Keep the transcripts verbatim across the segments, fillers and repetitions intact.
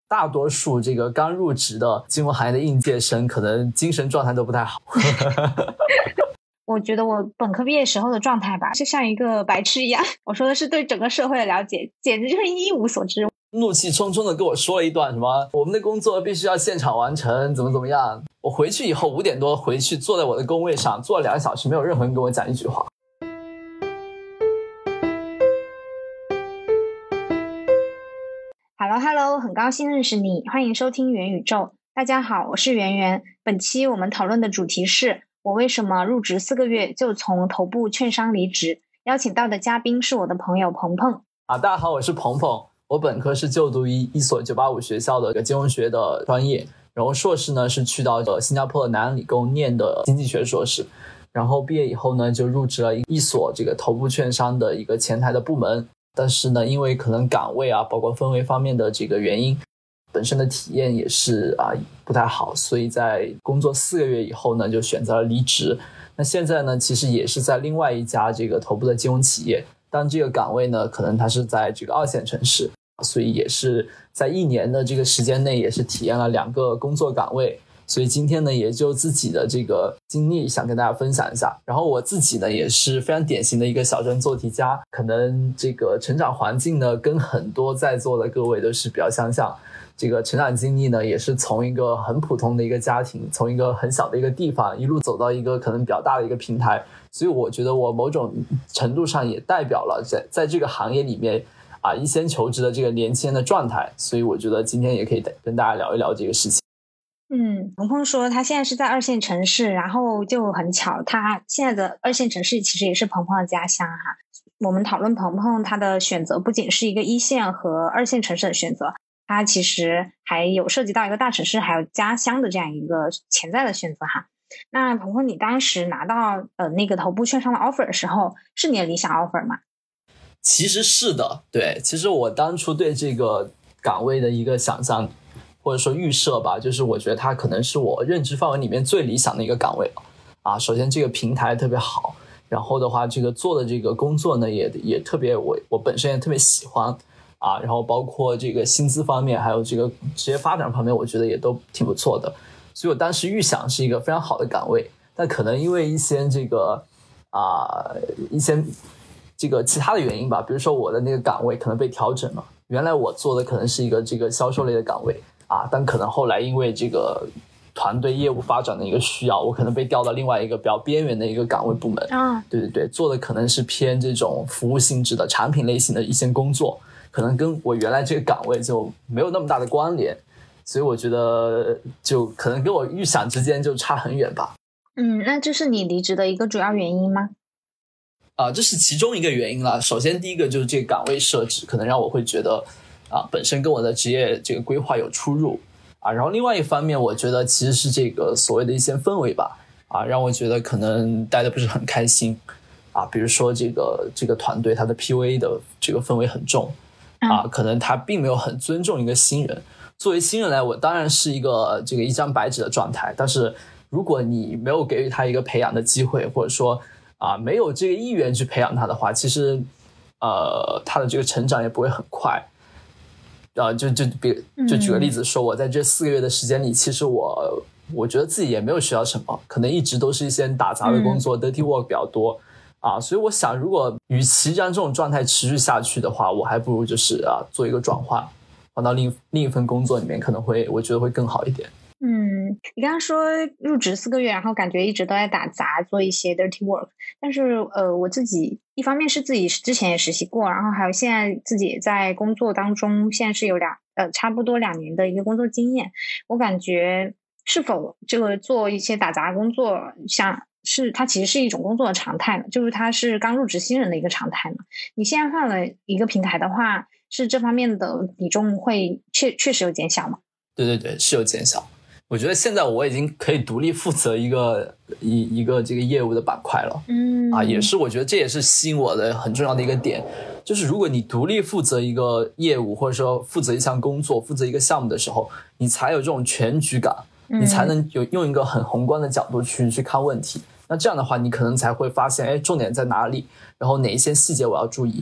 大多数这个刚入职的金融行业的应届生可能精神状态都不太好。 我觉得我本科毕业时候的状态吧，就像一个白痴一样。我说的是对整个社会的了解，简直就是一无所知。 怒气冲冲的跟我说了一段什么我们的工作必须要现场完成，怎么怎么样。我回去以后五点多回去，坐在我的工位上坐了两个小时，没有任何人跟我讲一句话。 Hello Hello， 很高兴认识你，欢迎收听元宇宙。大家好，我是圆圆。本期我们讨论的主题是我为什么入职四个月就从头部券商离职。邀请到的嘉宾是我的朋友鹏鹏。 啊，大家好，我是鹏鹏。我本科是就读于一所九八五学校的金融学的专业，然后硕士呢是去到新加坡的南洋理工念的经济学硕士，然后毕业以后呢就入职了一所这个头部券商的一个前台的部门。但是呢，因为可能岗位啊，包括氛围方面的这个原因，本身的体验也是啊不太好，所以在工作四个月以后呢，就选择了离职。那现在呢，其实也是在另外一家这个头部的金融企业，但这个岗位呢，可能它是在这个二线城市，所以也是在一年的这个时间内，也是体验了两个工作岗位。所以今天呢，也就自己的这个经历想跟大家分享一下。然后我自己呢，也是非常典型的一个小镇做题家，可能这个成长环境呢，跟很多在座的各位都是比较相像。这个成长经历呢，也是从一个很普通的一个家庭，从一个很小的一个地方，一路走到一个可能比较大的一个平台。所以我觉得我某种程度上也代表了在在这个行业里面啊一线求职的这个年轻人的状态。所以我觉得今天也可以跟大家聊一聊这个事情。 嗯，鹏鹏说他现在是在二线城市，然后就很巧，他现在的二线城市其实也是鹏鹏的家乡哈。我们讨论鹏鹏他的选择不仅是一个一线和二线城市的选择，他其实还有涉及到一个大城市还有家乡的这样一个潜在的选择哈。那鹏鹏，你当时拿到呃那个头部券商的 offer 的时候，是你的理想 offer 吗？ 其实是的，对，其实我当初对这个岗位的一个想象或者说预设吧，就是我觉得它可能是我认知范围里面最理想的一个岗位啊。首先这个平台特别好，然后的话这个做的这个工作呢也也特别我我本身也特别喜欢啊，然后包括这个薪资方面还有这个职业发展方面，我觉得也都挺不错的。所以我当时预想是一个非常好的岗位，但可能因为一些这个啊一些这个其他的原因吧，比如说我的那个岗位可能被调整了，原来我做的可能是一个这个销售类的岗位啊，但可能后来因为这个团队业务发展的一个需要，我可能被调到另外一个比较边缘的一个岗位部门啊，对对对，做的可能是偏这种服务性质的产品类型的一些工作，可能跟我原来这个岗位就没有那么大的关联，所以我觉得就可能跟我预想之间就差很远吧。 嗯，那这是你离职的一个主要原因吗？ 啊，这是其中一个原因啦。首先第一个就是这个岗位设置可能让我会觉得啊，本身跟我的职业这个规划有出入啊。然后另外一方面，我觉得其实是这个所谓的一些氛围吧，啊，让我觉得可能待得不是很开心啊。比如说这个这个团队它的 P U A 的这个氛围很重啊，可能他并没有很尊重一个新人。作为新人来，我当然是一个这个一张白纸的状态，但是如果你没有给予他一个培养的机会，或者说啊，没有这个意愿去培养他的话，其实呃他的这个成长也不会很快。呃，就就比就举个例子说，我在这四个月的时间里，其实我我觉得自己也没有学到什么，可能一直都是一些打杂的工作、嗯、dirty work 比较多啊，所以我想，如果与其让这种状态持续下去的话，我还不如就是啊做一个转换，换到另另一份工作里面，可能会我觉得会更好一点。 嗯，你刚刚说入职四个月，然后感觉一直都在打杂，做一些 dirty work， 但是呃，我自己一方面是自己之前也实习过，然后还有现在自己在工作当中，现在是有两呃差不多两年的一个工作经验，我感觉是否这个做一些打杂工作，像是它其实是一种工作的常态呢，就是它是刚入职新人的一个常态呢。你现在换了一个平台的话，是这方面的比重会确确实有减小吗？ 对对对，是有减小。我觉得现在我已经可以独立负责一个一一个这个业务的板块了，嗯啊，也是我觉得这也是吸引我的很重要的一个点，就是如果你独立负责一个业务，或者说负责一项工作，负责一个项目的时候，你才有这种全局感，你才能有用一个很宏观的角度去去看问题。那这样的话，你可能才会发现，哎，重点在哪里，然后哪一些细节我要注意。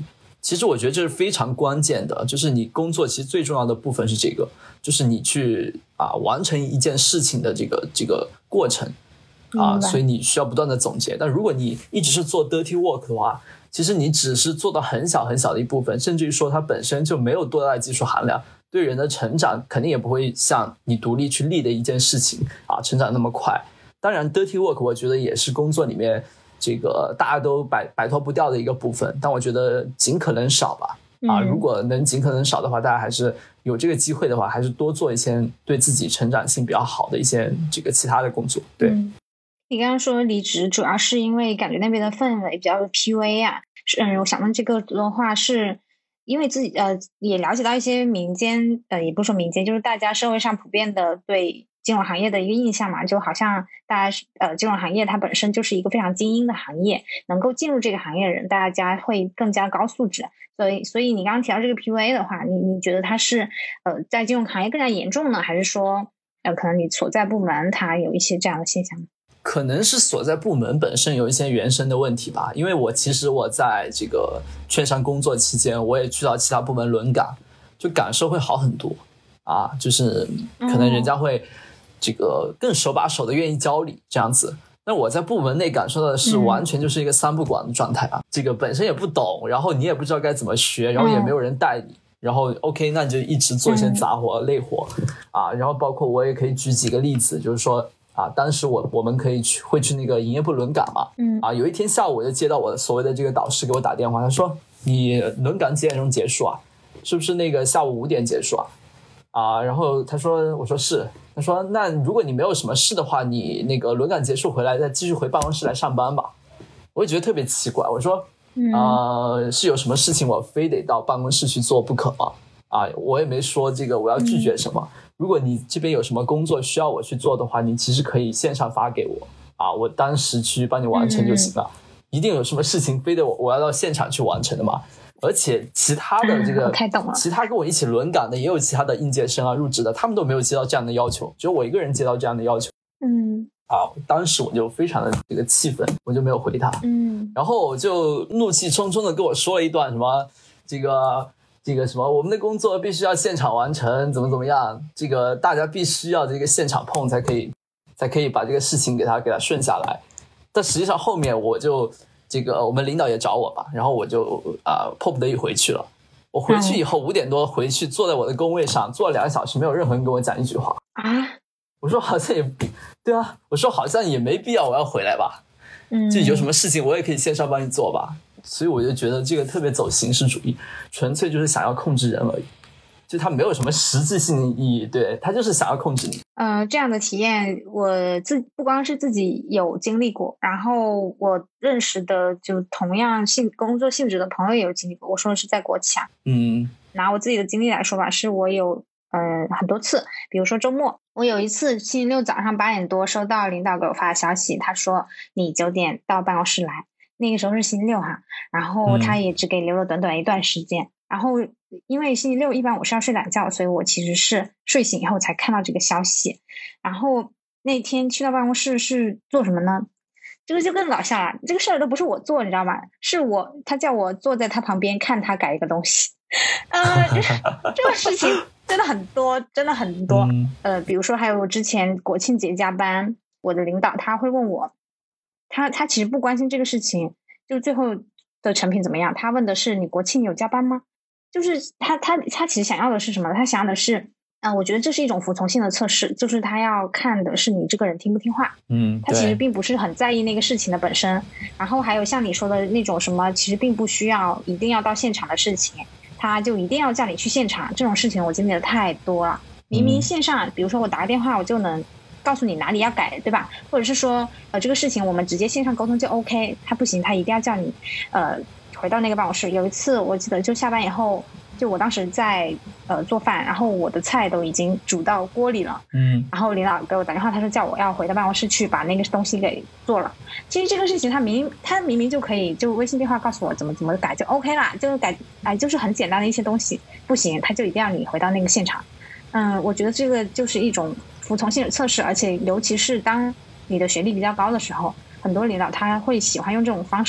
其实我觉得这是非常关键的，就是你工作其实最重要的部分是这个，就是你去啊完成一件事情的这个这个过程啊，所以你需要不断的总结。但如果你一直是做 dirty work 的话，其实你只是做到很小很小的一部分，甚至于说它本身就没有多大的技术含量，对人的成长肯定也不会像你独立去立的一件事情啊成长那么快。当然 dirty work 我觉得也是工作里面这个大家都摆摆脱不掉的一个部分，但我觉得尽可能少吧。啊，如果能尽可能少的话，大家还是有这个机会的话，还是多做一些对自己成长性比较好的一些这个其他的工作。对。 嗯，你刚刚说离职主要是因为感觉那边的氛围比较 P U A 啊，嗯，我想问这个的话是因为自己呃也了解到一些民间呃也不是说民间，就是大家社会上普遍的对金融行业的一个印象嘛，就好像大家呃金融行业它本身就是一个非常精英的行业，能够进入这个行业的人，大家会更加高素质。所以所以你刚刚提到这个 P U A 的话，你你觉得它是呃在金融行业更加严重呢，还是说呃可能你所在部门它有一些这样的现象？ 可能是所在部门本身有一些原生的问题吧，因为我其实我在这个券商工作期间，我也去到其他部门轮岗，就感受会好很多啊，就是可能人家会这个更手把手的愿意教你这样子。那我在部门内感受到的是完全就是一个三不管的状态啊，这个本身也不懂，然后你也不知道该怎么学，然后也没有人带你，然后 OK 那你就一直做一些杂活累活啊，然后包括我也可以举几个例子，就是说啊，当时我我们可以去会去那个营业部轮岗嘛，嗯啊，有一天下午我就接到我的所谓的这个导师给我打电话，他说你轮岗几点钟结束啊？是不是那个下午五点结束啊？啊，然后他说，我说是，他说那如果你没有什么事的话，你那个轮岗结束回来再继续回办公室来上班吧。我也觉得特别奇怪，我说啊、呃，是有什么事情我非得到办公室去做不可吗？啊，我也没说这个我要拒绝什么。如果你这边有什么工作需要我去做的话，你其实可以线上发给我啊，我当时去帮你完成就行了。一定有什么事情非得我我要到现场去完成的吗？而且其他的这个、 嗯、 其他跟我一起轮岗的也有其他的应届生啊入职的，他们都没有接到这样的要求，只有我一个人接到这样的要求。 嗯， 啊，当时我就非常的这个气愤，我就没有回他。 嗯， 然后我就怒气冲冲的跟我说了一段什么这个这个什么我们的工作必须要现场完成，怎么怎么样，这个大家必须要这个现场碰才可以才可以把这个事情给他给他顺下来。但实际上后面我就这个我们领导也找我吧，然后我就啊、呃、迫不得已回去了。我回去以后五点多回去，坐在我的工位上坐了两个小时，没有任何人跟我讲一句话啊。 我说好像也对啊，我说好像也没必要我要回来吧， 嗯， 就有什么事情我也可以线上帮你做吧。所以我就觉得这个特别走形式主义，纯粹就是想要控制人而已，就它没有什么实质性的意义，对，它就是想要控制你。 呃，这样的体验我自不光是自己有经历过，然后我认识的就同样性工作性质的朋友也有经历过。我说的是在国企啊， 嗯， 拿我自己的经历来说吧，是我有呃很多次，比如说周末，我有一次星期六早上八点多收到领导给我发的消息，他说你九点到办公室来，那个时候是星期六哈，然后他也只给留了短短一段时间。嗯，然后因为星期六一般我是要睡懒觉，所以我其实是睡醒以后才看到这个消息。然后那天去到办公室是做什么呢？这个就更搞笑了，这个事儿都不是我做，你知道吗？是我他叫我坐在他旁边看他改一个东西。呃，这个事情真的很多，真的很多。呃，比如说还有之前国庆节加班，我的领导他会问我，他他其实不关心这个事情，就最后的成品怎么样，他问的是你国庆有加班吗？就是他他他其实想要的是什么？他想要的是，嗯、呃，我觉得这是一种服从性的测试，就是他要看的是你这个人听不听话。 嗯， 他其实并不是很在意那个事情的本身。然后还有像你说的那种什么，其实并不需要一定要到现场的事情，他就一定要叫你去现场，这种事情我经历的太多了。明明线上，比如说我打个电话，我就能告诉你哪里要改，对吧？或者是说，呃，这个事情我们直接线上沟通就 OK， 他不行，他一定要叫你，呃。回到那个办公室，有一次我记得就下班以后，就我当时在呃做饭，然后我的菜都已经煮到锅里了，嗯，然后领导给我打电话，他说叫我要回到办公室去把那个东西给做了。其实这个事情他明他明明就可以就微信电话告诉我怎么怎么改就 OK 啦，就是改哎、呃、就是很简单的一些东西，不行他就一定要你回到那个现场。嗯，我觉得这个就是一种服从性的测试，而且尤其是当你的学历比较高的时候，很多领导他会喜欢用这种方式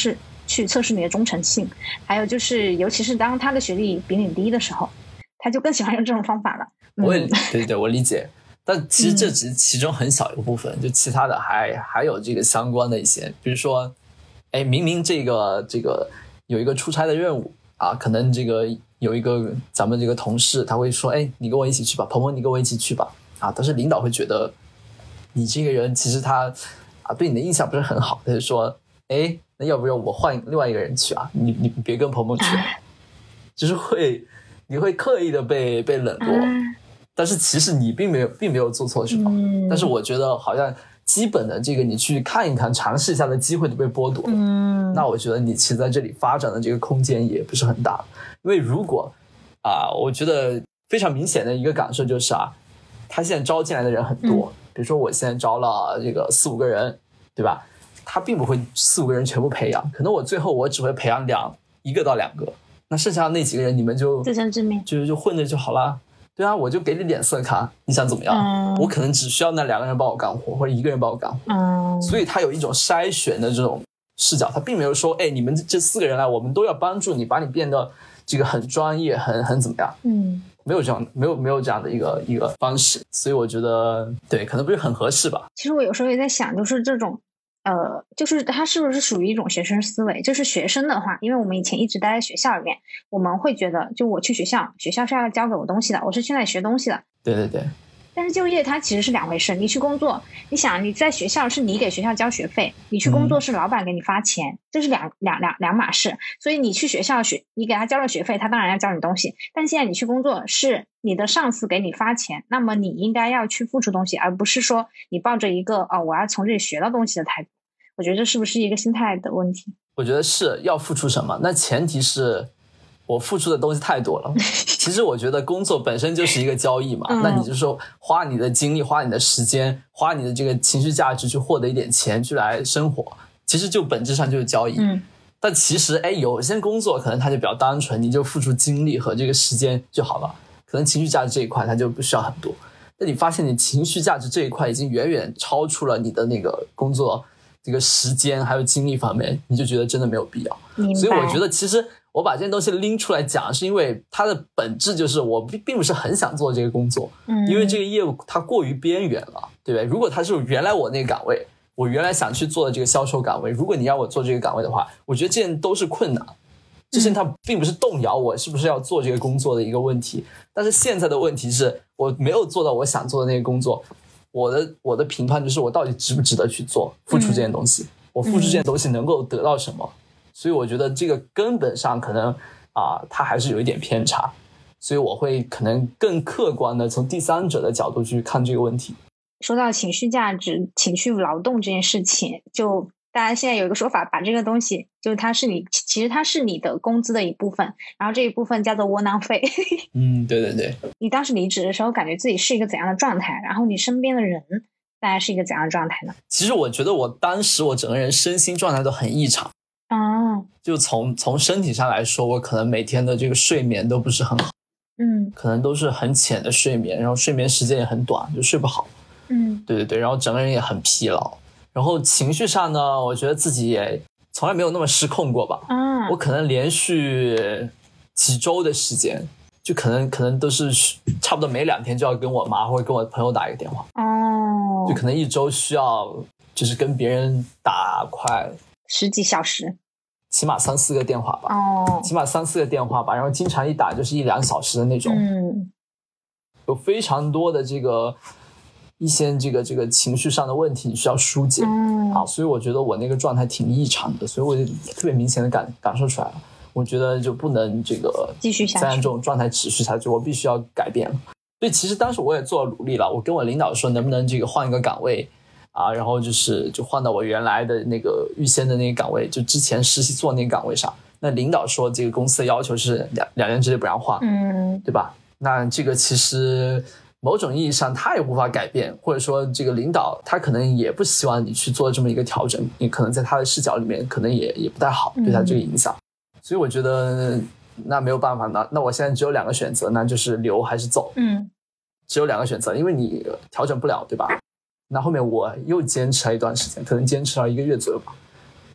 去测试你的忠诚性。还有就是，尤其是当他的学历比你低的时候，他就更喜欢用这种方法了。嗯、 我也对对，我理解。但其实这只是其中很小一个部分，嗯、就其他的还还有这个相关的一些，比如说，哎，明明这个这个有一个出差的任务啊，可能这个有一个咱们这个同事他会说，哎，你跟我一起去吧，鹏鹏你跟我一起去吧，啊，但是领导会觉得你这个人其实他啊对你的印象不是很好，他就说，哎，那要不要我换另外一个人去啊？你你别跟鹏鹏去，就是会你会刻意的被被冷落。嗯，但是其实你并没有并没有做错什么、嗯、但是我觉得好像基本的这个你去看一看尝试一下的机会都被剥夺了、嗯、那我觉得你其实在这里发展的这个空间也不是很大。因为如果啊，我觉得非常明显的一个感受就是啊，他现在招进来的人很多、嗯、比如说我现在招了这个四五个人，对吧？他并不会四五个人全部培养，可能我最后我只会培养两一个到两个，那剩下的那几个人你们就自生自灭， 就就混着就好了。对啊，我就给你脸色看，你想怎么样、嗯、我可能只需要那两个人帮我干活，或者一个人帮我干活、嗯、所以他有一种筛选的这种视角，他并没有说哎，你们这四个人来我们都要帮助你，把你变得这个很专业很很怎么样，嗯，没有这样没有没有这样的一个一个方式，所以我觉得对可能不是很合适吧。 其实我有时候也在想，就是这种呃，就是它是不是属于一种学生思维？就是学生的话，因为我们以前一直待在学校里面，我们会觉得，就我去学校，学校是要教给我东西的，我是去那里学东西的。 对对对。 但是就业它其实是两回事，你去工作，你想你在学校是你给学校交学费，你去工作是老板给你发钱，嗯、这是两两两两码事。所以你去学校学，你给他交了学费，他当然要教你东西。但现在你去工作是你的上司给你发钱，那么你应该要去付出东西，而不是说你抱着一个哦我要从这里学到东西的态度。我觉得这是不是一个心态的问题？ 我觉得是要付出什么，那前提是我付出的东西太多了。其实我觉得工作本身就是一个交易嘛、嗯、那你就说花你的精力，花你的时间，花你的这个情绪价值去获得一点钱去来生活，其实就本质上就是交易、嗯、但其实哎，有些工作可能它就比较单纯，你就付出精力和这个时间就好了，可能情绪价值这一块它就不需要很多。那你发现你情绪价值这一块已经远远超出了你的那个工作这个时间还有精力方面，你就觉得真的没有必要。所以我觉得其实我把这些东西拎出来讲，是因为它的本质就是我并不是很想做这个工作、嗯、因为这个业务它过于边缘了，对不对？如果它是原来我那个岗位，我原来想去做的这个销售岗位，如果你让我做这个岗位的话，我觉得这些都是困难，这些它并不是动摇我是不是要做这个工作的一个问题。但是现在的问题是我没有做到我想做的那个工作，我的我的评判就是我到底值不值得去做，付出这件东西、嗯、我付出这件东西能够得到什么、嗯、所以我觉得这个根本上可能啊，它还是有一点偏差，所以我会可能更客观的从第三者的角度去看这个问题。 说到情绪价值情绪劳动这件事情，就大家现在有一个说法，把这个东西就是它是你其实它是你的工资的一部分，然后这一部分叫做窝囊费。 嗯，对对对。 你当时离职的时候感觉自己是一个怎样的状态，然后你身边的人大概是一个怎样的状态呢？ 其实我觉得我当时我整个人身心状态都很异常。哦，就从从身体上来说，我可能每天的这个睡眠都不是很好，嗯，可能都是很浅的睡眠，然后睡眠时间也很短，就睡不好。嗯，对对对，然后整个人也很疲劳。然后情绪上呢，我觉得自己也从来没有那么失控过吧。嗯，我可能连续几周的时间，就可能可能都是差不多每两天就要跟我妈或者跟我朋友打一个电话。哦，就可能一周需要就是跟别人打快十几小时， 起码三四个电话吧。哦，起码三四个电话吧，然后经常一打就是一两小时的那种。嗯，有非常多的这个一些这个这个情绪上的问题你需要疏解。嗯，啊，所以我觉得我那个状态挺异常的，所以我就特别明显的感感受出来了。我觉得就不能这个继续下去， 再按这种状态持续下去，我必须要改变了。所以其实当时我也做了努力了，我跟我领导说能不能这个换一个岗位啊，然后就是就换到我原来的那个预先的那个岗位，就之前实习做那个岗位上。那领导说这个公司的要求是两两年之内不让换，嗯，对吧？那这个其实某种意义上他也无法改变，或者说这个领导他可能也不希望你去做这么一个调整，你可能在他的视角里面可能也也不太好，对他这个影响。嗯，所以我觉得那没有办法，那那我现在只有两个选择，那就是留还是走。嗯，只有两个选择，因为你调整不了，对吧？那后面我又坚持了一段时间，可能坚持了一个月左右吧。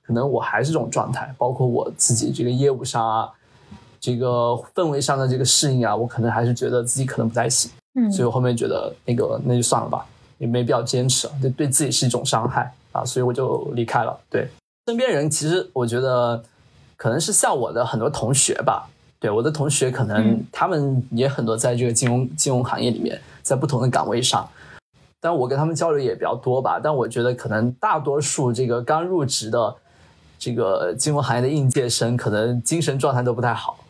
可能我还是这种状态，包括我自己这个业务上啊，这个氛围上的这个适应啊，我可能还是觉得自己可能不太行，嗯，所以我后面觉得那个那就算了吧，也没必要坚持，对对自己是一种伤害啊，所以我就离开了。对，身边人其实我觉得可能是像我的很多同学吧，对，我的同学可能他们也很多在这个金融金融行业里面，在不同的岗位上，但我跟他们交流也比较多吧，但我觉得可能大多数这个刚入职的这个金融行业的应届生，可能精神状态都不太好。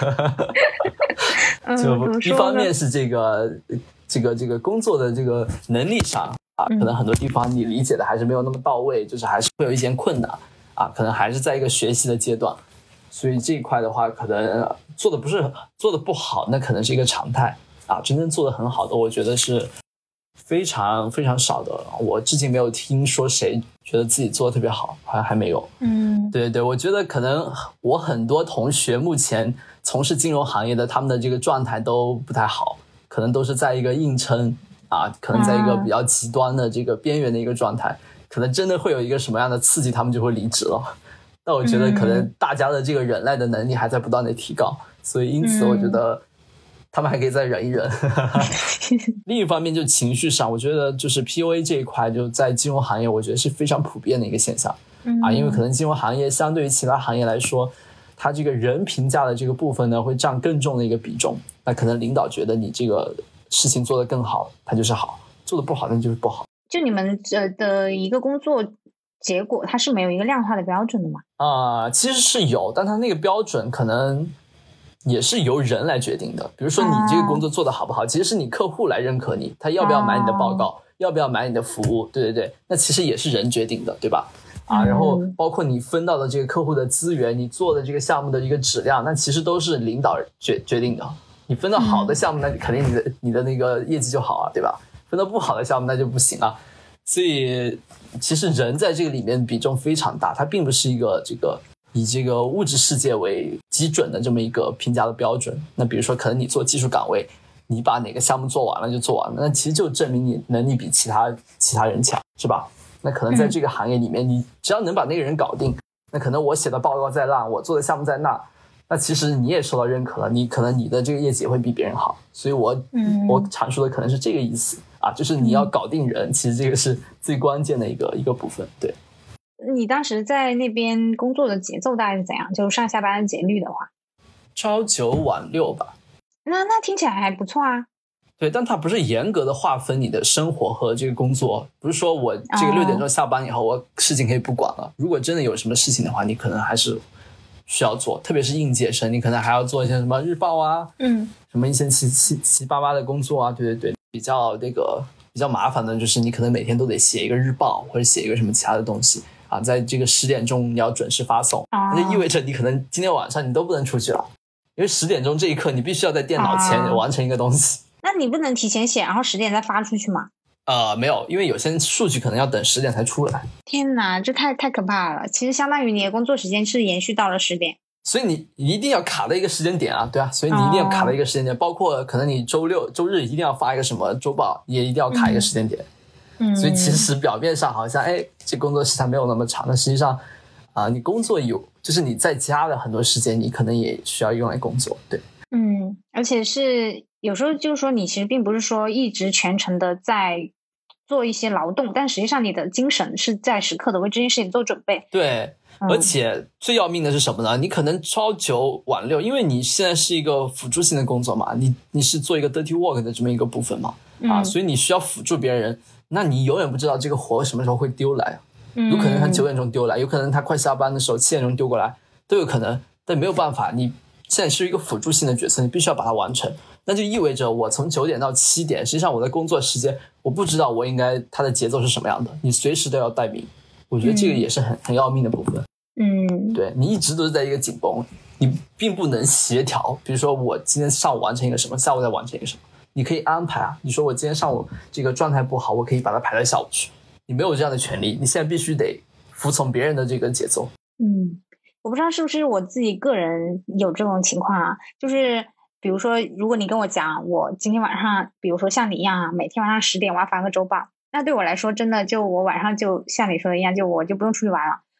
就一方面是这个这个这个工作的这个能力上啊，可能很多地方你理解的还是没有那么到位，就是还是会有一些困难啊，可能还是在一个学习的阶段，所以这一块的话，可能做的不是做的不好，那可能是一个常态啊。真正做的很好的，我觉得是非常非常少的，我至今没有听说谁觉得自己做的特别好，好像还没有。嗯，对对，我觉得可能我很多同学目前从事金融行业的，他们的这个状态都不太好，可能都是在一个硬撑啊，可能在一个比较极端的这个边缘的一个状态，可能真的会有一个什么样的刺激，他们就会离职了。但我觉得可能大家的这个忍耐的能力还在不断的提高，所以因此我觉得他们还可以再忍一忍。另一方面就情绪上，我觉得就是 P U A 这一块就在金融行业我觉得是非常普遍的一个现象、嗯、啊，因为可能金融行业相对于其他行业来说，它这个人评价的这个部分呢会占更重的一个比重，那可能领导觉得你这个事情做得更好，它就是好，做得不好那就是不好。 就你们的一个工作结果它是没有一个量化的标准的吗？ 啊、呃，其实是有，但它那个标准可能也是由人来决定的。比如说你这个工作做得好不好、啊、其实是你客户来认可你，他要不要买你的报告、啊、要不要买你的服务，对对对，那其实也是人决定的，对吧？啊，然后包括你分到的这个客户的资源，你做的这个项目的一个质量，那其实都是领导决决定的。你分到好的项目，那肯定你的你的那个业绩就好啊，对吧？分到不好的项目那就不行啊。所以其实人在这个里面比重非常大，它并不是一个这个以这个物质世界为基准的这么一个评价的标准。那比如说可能你做技术岗位，你把哪个项目做完了就做完了，那其实就证明你能力比其他其他人强，是吧？那可能在这个行业里面、嗯、你只要能把那个人搞定，那可能我写的报告再烂，我做的项目再烂，那其实你也受到认可了，你可能你的这个业绩也会比别人好。所以我、嗯、我阐述的可能是这个意思啊，就是你要搞定人、嗯、其实这个是最关键的一个一个部分。对， 你当时在那边工作的节奏大概是怎样？就上下班节律的话， 朝九晚六吧。 那那听起来还不错啊。 对，但它不是严格的划分你的生活和这个工作，不是说我这个六点钟下班以后、oh. 我事情可以不管了，如果真的有什么事情的话，你可能还是需要做，特别是应届生，你可能还要做一些什么日报啊，嗯，什么一些七七七八八的工作啊，对对对，比较那个比较麻烦的就是你可能每天都得写一个日报或者写一个什么其他的东西啊，在这个十点钟你要准时发送，那、oh. 就意味着你可能今天晚上你都不能出去了，因为十点钟这一刻你必须要在电脑前完成一个东西。 Oh. 那你不能提前写然后十点再发出去吗？ 呃，没有，因为有些数据可能要等十点才出来。 天哪，这太太可怕了！其实相当于你的工作时间是延续到了十点， 所以你一定要卡在一个时间点啊，对啊，所以你一定要卡在一个时间点，哦、包括可能你周六、周日一定要发一个什么周报，也一定要卡一个时间点。嗯，所以其实表面上好像哎，这工作时长没有那么长，但实际上啊、呃，你工作有，就是你在家的很多时间，你可能也需要用来工作，对。 嗯，而且是有时候就是说你其实并不是说一直全程的在做一些劳动，但实际上你的精神是在时刻的为这件事情做准备。 对、嗯、而且最要命的是什么呢？你可能朝九晚六，因为你现在是一个辅助性的工作嘛，你你是做一个 dirty work 的这么一个部分嘛、嗯、啊，所以你需要辅助别人，那你永远不知道这个活什么时候会丢来，有可能他九点钟丢来，有可能他快下班的时候七点钟丢过来，都有可能，但没有办法，你现在是一个辅助性的角色，你必须要把它完成，那就意味着我从九点到七点，实际上我的工作时间我不知道我应该它的节奏是什么样的，你随时都要待命，我觉得这个也是很、嗯、很要命的部分。嗯，对，你一直都是在一个紧绷，你并不能协调，比如说我今天上午完成一个什么，下午再完成一个什么，你可以安排啊，你说我今天上午这个状态不好，我可以把它排到下午去，你没有这样的权利，你现在必须得服从别人的这个节奏。 嗯，我不知道是不是我自己个人有这种情况啊，就是比如说如果你跟我讲我今天晚上比如说像你一样啊，每天晚上十点我要发个周报，那对我来说真的就我晚上就像你说的一样，就我就不用出去玩了，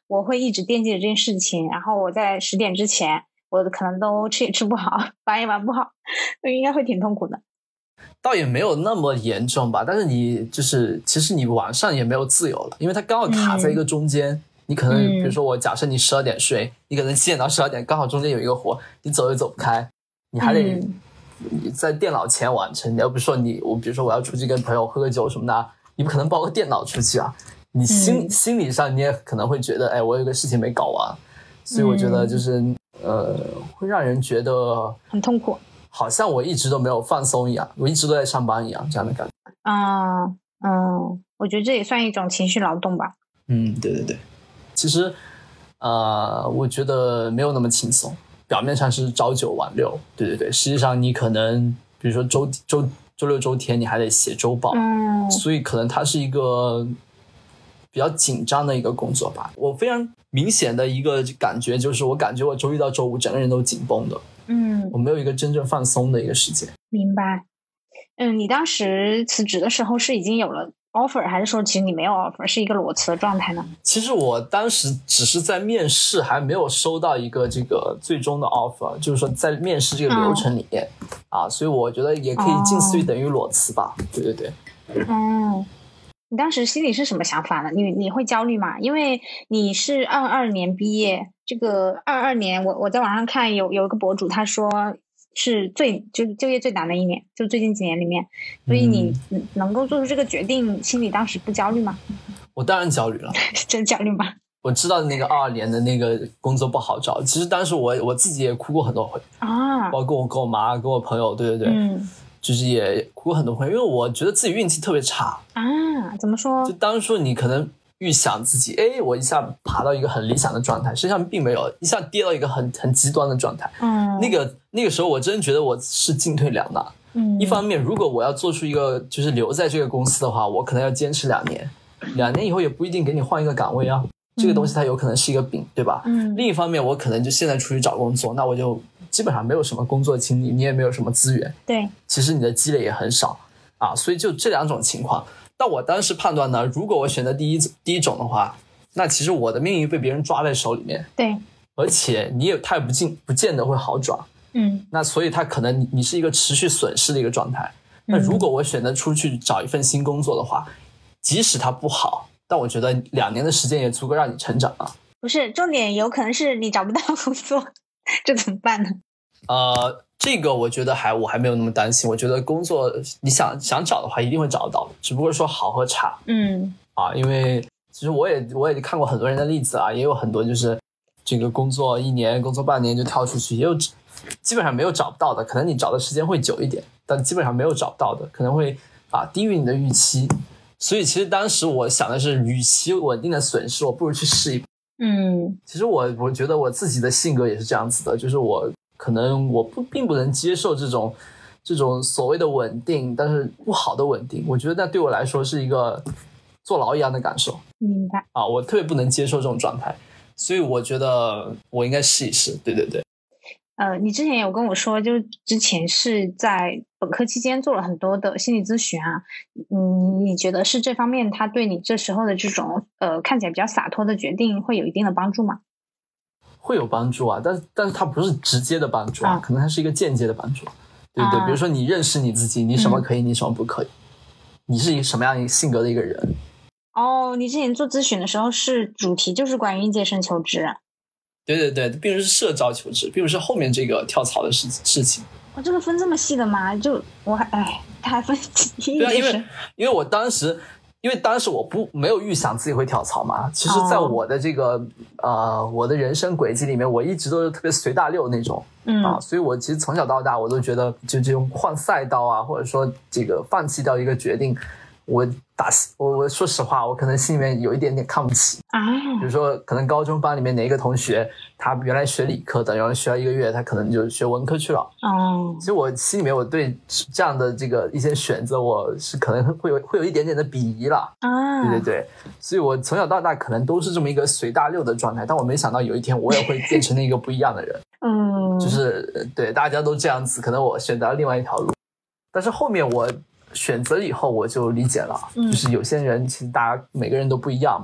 我会一直惦记着这件事情，然后我在十点之前，我可能都吃也吃不好，玩也玩不好，应该会挺痛苦的。 倒也没有那么严重吧，但是你就是其实你晚上也没有自由了，因为它刚好卡在一个中间、嗯、你可能比如说我假设你十二点睡、嗯、你可能七点到十二点刚好中间有一个活，你走也走不开，你还得在电脑前完成、嗯、你要不说你我比如说我要出去跟朋友喝个酒什么的，你不可能抱个电脑出去啊，你心、嗯、心理上你也可能会觉得哎我有个事情没搞完，所以我觉得就是、嗯、呃会让人觉得很痛苦， 好像我一直都没有放松一样，我一直都在上班一样，这样的感觉。 嗯嗯，我觉得这也算一种情绪劳动吧。 嗯，对对对。其实，呃，我觉得没有那么轻松。表面上是朝九晚六，对对对，实际上你可能，比如说周周周六周天你还得写周报， 嗯， 所以可能它是一个比较紧张的一个工作吧。我非常明显的一个感觉就是，我感觉我周一到周五整个人都紧绷的。 嗯， 我没有一个真正放松的一个时间。 明白。嗯，你当时辞职的时候是已经有了 offer， 还是说其实你没有 offer， 是一个裸辞的状态呢？ 其实我当时只是在面试，还没有收到一个这个最终的 offer， 就是说在面试这个流程里面、嗯、啊，所以我觉得也可以近似于等于裸辞吧。哦、对对对。 嗯，你当时心里是什么想法呢？你你会焦虑吗？因为你是二二年毕业，这个二二年我我在网上看有有一个博主他说是最就就业最难的一年，就最近几年里面，所以你能够做出这个决定，心里当时不焦虑吗？ 我当然焦虑了。 真焦虑吗？ 我知道那个二二年的那个工作不好找，其实当时我我自己也哭过很多回啊， 包括我跟我妈跟我朋友，对对对， 嗯， 就是也哭过很多回，因为我觉得自己运气特别差啊。怎么说？ 就当初你可能预想自己，哎，我一下爬到一个很理想的状态，实际上并没有，一下跌到一个很很极端的状态。 嗯， 那个那个时候我真觉得我是进退两难。 嗯， 一方面，如果我要做出一个就是留在这个公司的话，我可能要坚持两年，两年以后也不一定给你换一个岗位啊。这个东西它有可能是一个饼，对吧？ 嗯。 另一方面，我可能就现在出去找工作，那我就基本上没有什么工作经历，你也没有什么资源， 对， 其实你的积累也很少啊，所以就这两种情况。但我当时判断呢，如果我选择第一第一种的话，那其实我的命运被别人抓在手里面， 对， 而且你也太不见不见得会好转， 嗯， 那所以它可能你是一个持续损失的一个状态。那如果我选择出去找一份新工作的话，即使它不好，但我觉得两年的时间也足够让你成长啊。 不是，重点有可能是你找不到工作，这怎么办呢？ 呃，这个我觉得还我还没有那么担心。我觉得工作你想想找的话，一定会找得到的，只不过说好和差。 嗯， 啊，因为其实我也我也看过很多人的例子啊，也有很多就是这个工作一年、工作半年就跳出去，也有基本上没有找不到的。可能你找的时间会久一点，但基本上没有找不到的，可能会啊低于你的预期。所以其实当时我想的是，与其稳定的损失，我不如去试一把。 嗯， 其实我我觉得我自己的性格也是这样子的，就是我可能我不并不能接受这种这种所谓的稳定，但是不好的稳定。我觉得那对我来说是一个坐牢一样的感受。 明白啊，我特别不能接受这种状态，所以我觉得我应该试一试。对对对。 呃，你之前有跟我说，就之前是在本科期间做了很多的心理咨询啊，嗯，你觉得是这方面它对你这时候的这种呃看起来比较洒脱的决定会有一定的帮助吗？ 会有帮助啊，但是但是它不是直接的帮助啊，啊可能它是一个间接的帮助，对不对？啊、比如说你认识你自己，你什么可以，嗯、你什么不可以，你是一个什么样一个性格的一个人。 哦，你之前做咨询的时候是主题就是关于应届生求职。 对对对，并不是社招求职，并不是后面这个跳槽的事事情。 我、哦、这个分这么细的吗？就我还哎，他还分对啊，因为因为我当时，因为当时我不没有预想自己会跳槽嘛。其实，在我的这个、哦、呃我的人生轨迹里面，我一直都是特别随大溜那种， 嗯啊，所以我其实从小到大我都觉得，就这种换赛道啊，或者说这个放弃掉一个决定。我打我我说实话，我可能心里面有一点点看不起啊。 比如说，可能高中班里面哪一个同学，他原来学理科的，然后学了一个月，他可能就学文科去了。 哦， 其实我心里面我对这样的这个一些选择，我是可能会有会有一点点的鄙夷了啊。 对对对，所以我从小到大可能都是这么一个随大溜的状态，但我没想到有一天我也会变成那个不一样的人。 嗯， 就是对大家都这样子，可能我选择了另外一条路，但是后面我。选择以后我就理解了、嗯、就是有些人其实大家每个人都不一样嘛，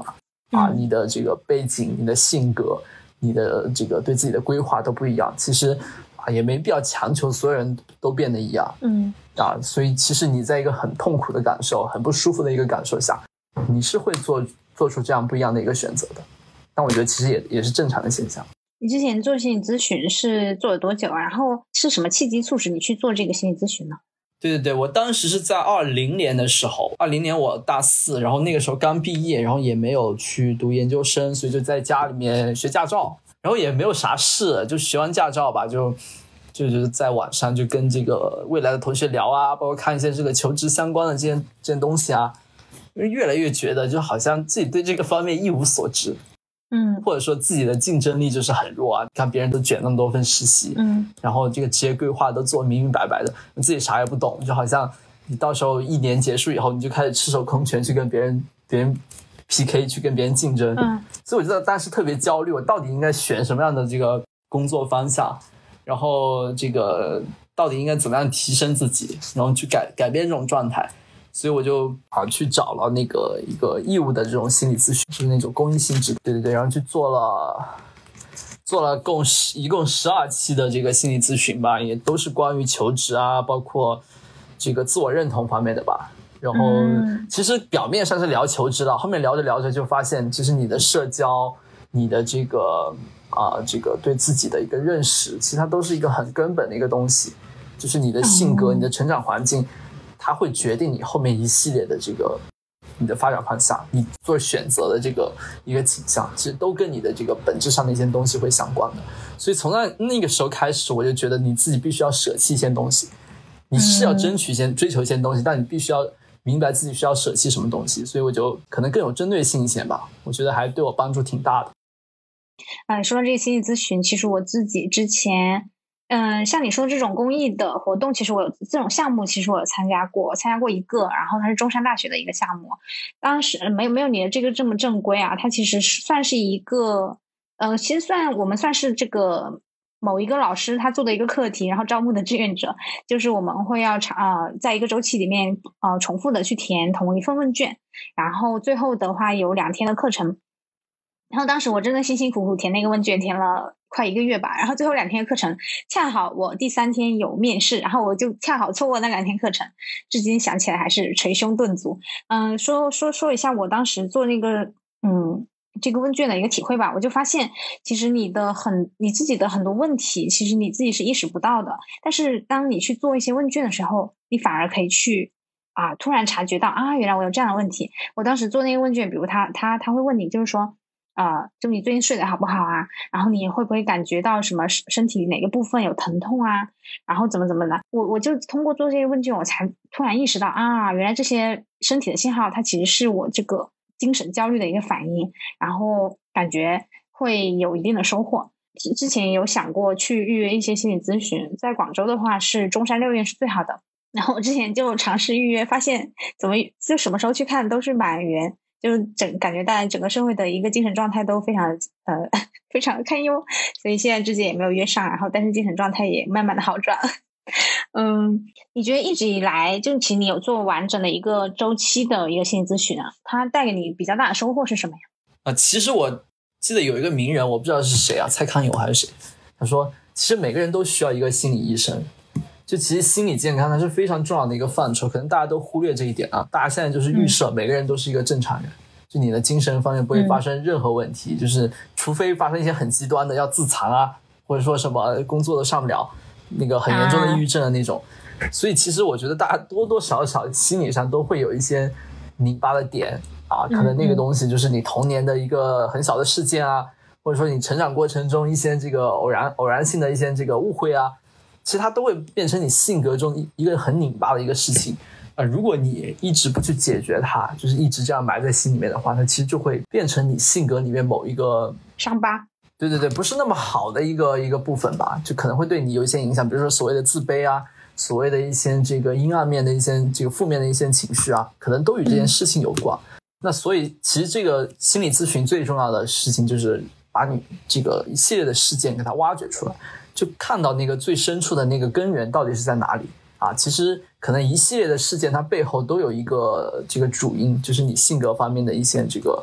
啊，你的这个背景、你的性格、你的这个对自己的规划都不一样，其实啊也没必要强求所有人都变得一样。 嗯啊，所以其实你在一个很痛苦的感受、很不舒服的一个感受下，你是会做做出这样不一样的一个选择的。但我觉得其实也也是正常的现象。 你之前做心理咨询是做了多久啊？然后是什么契机促使你去做这个心理咨询呢？ 对对对，我当时是在二零年的时候，二零年我大四，然后那个时候刚毕业，然后也没有去读研究生，所以就在家里面学驾照，然后也没有啥事，就学完驾照吧，就就是在网上就跟这个未来的同学聊啊，包括看一些这个求职相关的这件这件东西啊，越来越觉得就好像自己对这个方面一无所知。 嗯， 或者说自己的竞争力就是很弱啊，看别人都卷那么多份实习， 嗯， 然后这个职业规划都做明明白白的，你自己啥也不懂，就好像你到时候一年结束以后，你就开始赤手空拳去跟别人别人 P K， 去跟别人竞争。 嗯， 所以我觉得当时特别焦虑，我到底应该选什么样的这个工作方向，然后这个到底应该怎么样提升自己，然后去改改变这种状态。所以我就啊去找了那个一个义务的这种心理咨询，就是那种公益性质，对对对，然后去做了做了共十一共十二期的这个心理咨询吧，也都是关于求职啊，包括这个自我认同方面的吧。然后其实表面上是聊求职了，后面聊着聊着就发现，其实你的社交、你的这个啊这个对自己的一个认识，其实它都是一个很根本的一个东西，就是你的性格、你的成长环境。它会决定你后面一系列的这个你的发展方向，你做选择的这个一个倾向，其实都跟你的这个本质上的一些东西会相关的。所以从那那个时候开始，我就觉得你自己必须要舍弃一些东西，你是要争取一些、追求一些东西，但你必须要明白自己需要舍弃什么东西。所以我就可能更有针对性一些吧，我觉得还对我帮助挺大的。 啊，说到这个心理咨询，其实我自己之前。嗯，像你说这种公益的活动，其实我有这种项目，其实我有参加过，我参加过一个，然后它是中山大学的一个项目，当时没有没有你的这个这么正规啊，它其实算是一个，呃，其实算我们算是这个某一个老师他做的一个课题，然后招募的志愿者，就是我们会要呃在一个周期里面呃重复的去填同一份问卷，然后最后的话有两天的课程。然后当时我真的辛辛苦苦填那个问卷，填了快一个月吧。然后最后两天的课程，恰好我第三天有面试，然后我就恰好错过那两天课程。至今想起来还是捶胸顿足。嗯，说说说一下我当时做那个嗯这个问卷的一个体会吧。我就发现，其实你的很你自己的很多问题，其实你自己是意识不到的。但是当你去做一些问卷的时候，你反而可以去。啊，突然察觉到啊，原来我有这样的问题。我当时做那个问卷，比如他他他会问你，就是说。呃，就你最近睡得好不好啊？然后你会不会感觉到什么身体哪个部分有疼痛啊？然后怎么怎么的？我我就通过做这些问卷，我才突然意识到啊，原来这些身体的信号，它其实是我这个精神焦虑的一个反应。然后感觉会有一定的收获。之之前有想过去预约一些心理咨询，在广州的话是中山六院是最好的。然后我之前就尝试预约，发现怎么就什么时候去看都是满员。就是整感觉大家整个社会的一个精神状态都非常呃非常的堪忧，所以现在之前也没有约上，然后但是精神状态也慢慢的好转了。嗯，你觉得一直以来就其实你有做完整的一个周期的一个心理咨询啊，它带给你比较大的收获是什么呀？ 啊，其实我记得有一个名人，我不知道是谁啊，蔡康永还是谁，他说其实每个人都需要一个心理医生。就其实心理健康它是非常重要的一个范畴，可能大家都忽略这一点啊。大家现在就是预设每个人都是一个正常人，嗯、就你的精神方面不会发生任何问题，嗯、就是除非发生一些很极端的要自残啊，或者说什么工作都上不了，那个很严重的抑郁症的那种。啊、所以其实我觉得大家多多少少心理上都会有一些拧巴的点啊，可能那个东西就是你童年的一个很小的事件啊，或者说你成长过程中一些这个偶然偶然性的一些这个误会啊。其实它都会变成你性格中一个很拧巴的一个事情啊、呃，如果你一直不去解决它，就是一直这样埋在心里面的话，它其实就会变成你性格里面某一个伤疤。 对对对，不是那么好的一个一个部分吧，就可能会对你有一些影响，比如说所谓的自卑啊，所谓的一些这个阴暗面的一些这个负面的一些情绪啊，可能都与这件事情有关。嗯、那所以其实这个心理咨询最重要的事情就是把你这个一系列的事件给它挖掘出来。就看到那个最深处的那个根源到底是在哪里啊？其实可能一系列的事件它背后都有一个这个主因，就是你性格方面的一些这个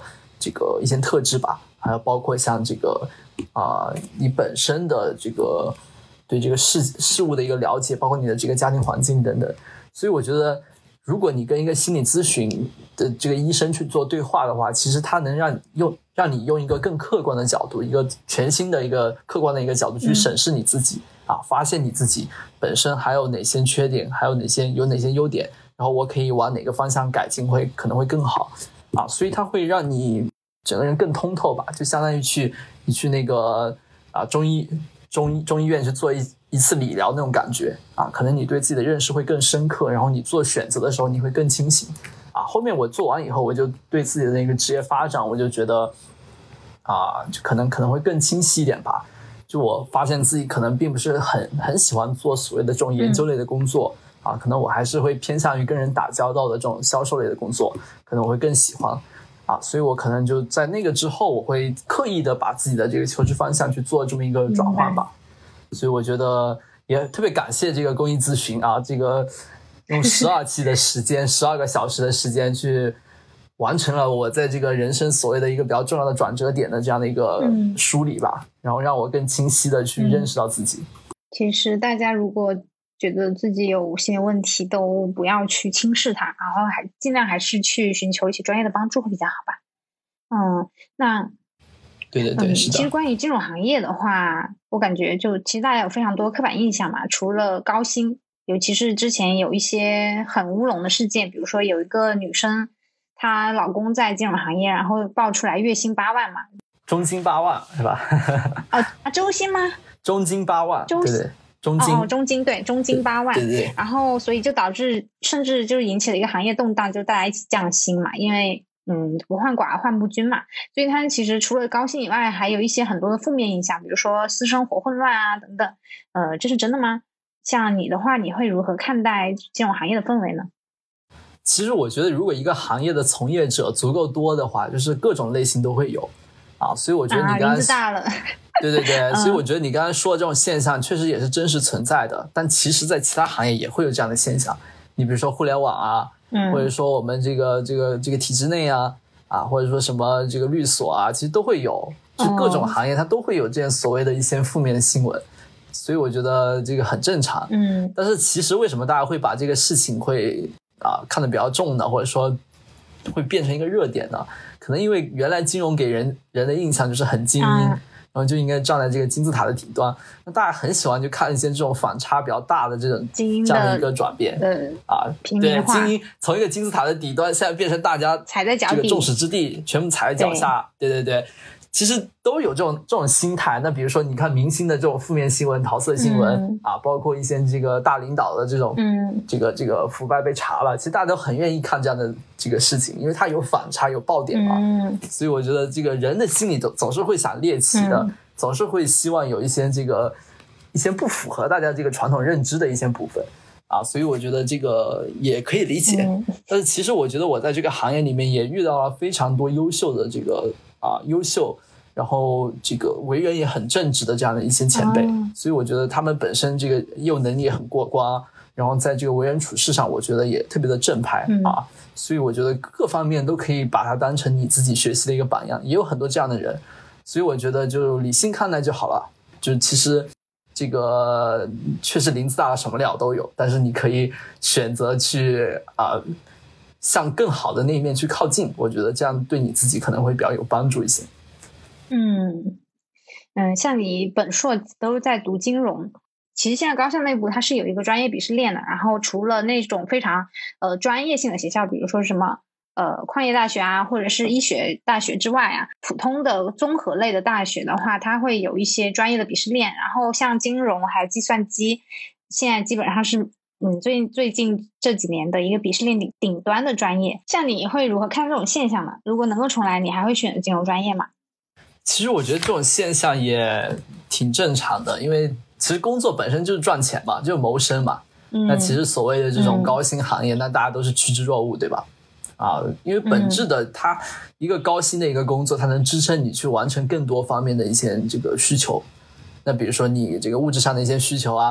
这个一些特质吧，还有包括像这个啊、呃、你本身的这个对这个事事物的一个了解，包括你的这个家庭环境等等。所以我觉得如果你跟一个心理咨询的这个医生去做对话的话，其实他能让你用让你用一个更客观的角度，一个全新的一个客观的一个角度去审视你自己、嗯、啊，发现你自己本身还有哪些缺点，还有哪些有哪些优点，然后我可以往哪个方向改进会可能会更好啊，所以它会让你整个人更通透吧，就相当于去你去那个啊中医中医中医院去做一一次理疗那种感觉啊，可能你对自己的认识会更深刻，然后你做选择的时候你会更清醒啊。后面我做完以后，我就对自己的那个职业发展，我就觉得啊，就可能可能会更清晰一点吧。就我发现自己可能并不是很很喜欢做所谓的这种研究类的工作、嗯、啊，可能我还是会偏向于跟人打交道的这种销售类的工作，可能我会更喜欢啊，所以我可能就在那个之后，我会刻意的把自己的这个求职方向去做这么一个转换吧。所以我觉得也特别感谢这个公益咨询啊，这个用十二期的时间十二个小时的时间去完成了我在这个人生所谓的一个比较重要的转折点的这样的一个梳理吧、嗯、然后让我更清晰的去认识到自己、嗯、 其实大家如果觉得自己有些问题都不要去轻视它，然后还尽量还是去寻求一些专业的帮助会比较好吧。嗯，那对对对、嗯、是的。 其实关于金融行业的话，我感觉就其实大家有非常多刻板印象嘛，除了高薪，尤其是之前有一些很乌龙的事件，比如说有一个女生她老公在金融行业，然后爆出来月薪八万嘛， 中薪八万是吧？ 啊啊，周薪吗？ 中金八万， 周对对，中金哦，中金对，中金八万， 对对对。 然后所以就导致甚至就是引起了一个行业动荡，就大家一起降薪嘛，因为嗯不患寡患不均嘛，所以它其实除了高薪以外，还有一些很多的负面影响，比如说私生活混乱啊等等。呃，这是真的吗？像你的话，你会如何看待金融行业的氛围呢？ 其实我觉得，如果一个行业的从业者足够多的话，就是各种类型都会有啊，所以我觉得你刚才、 啊、林子大了。 对对对、嗯、所以我觉得你刚才说的这种现象确实也是真实存在的，但其实在其他行业也会有这样的现象。你比如说互联网啊，嗯、或者说我们这个这个这个体制内啊啊，或者说什么这个律所啊，其实都会有，就各种行业它都会有这样所谓的一些负面的新闻，所以我觉得这个很正常。嗯，但是其实为什么大家会把这个事情会啊看得比较重呢？或者说会变成一个热点呢？可能因为原来金融给人人的印象就是很精英。嗯，然后就应该站在这个金字塔的顶端，那大家很喜欢去看一些这种反差比较大的这种这样的一个转变啊，对，精英从一个金字塔的底端现在变成大家踩在脚底， 这个众矢之的全部踩在脚下，对对对，其实都有这种这种心态。那比如说你看明星的这种负面新闻、桃色新闻、嗯、啊，包括一些这个大领导的这种嗯这个这个腐败被查了，其实大家都很愿意看这样的这个事情，因为它有反差有爆点嘛。嗯，所以我觉得这个人的心里总总是会想猎奇的、嗯、总是会希望有一些这个一些不符合大家这个传统认知的一些部分啊，所以我觉得这个也可以理解、嗯、但是其实我觉得我在这个行业里面也遇到了非常多优秀的这个啊优秀然后这个为人也很正直的这样的一些前辈、嗯、所以我觉得他们本身这个业务能力也很过关，然后在这个为人处事上我觉得也特别的正派、嗯、啊，所以我觉得各方面都可以把它当成你自己学习的一个榜样，也有很多这样的人，所以我觉得就理性看待就好了，就其实这个确实林子大了什么料都有，但是你可以选择去啊、呃、向更好的那一面去靠近，我觉得这样对你自己可能会比较有帮助一些。 嗯嗯，像你本硕都在读金融，其实现在高校内部它是有一个专业鄙视链的，然后除了那种非常呃专业性的学校，比如说什么呃矿业大学啊，或者是医学大学之外啊，普通的综合类的大学的话，它会有一些专业的鄙视链，然后像金融还有计算机，现在基本上是嗯最最近这几年的一个鄙视链顶顶端的专业。像你会如何看这种现象呢？如果能够重来，你还会选择金融专业吗？ 其实我觉得这种现象也挺正常的，因为其实工作本身就是赚钱嘛，就是谋生嘛、嗯、那其实所谓的这种高薪行业、嗯、那大家都是趋之若鹜，对吧？啊，因为本质的它一个高薪的一个工作，它能支撑你去完成更多方面的一些这个需求，那比如说你这个物质上的一些需求啊，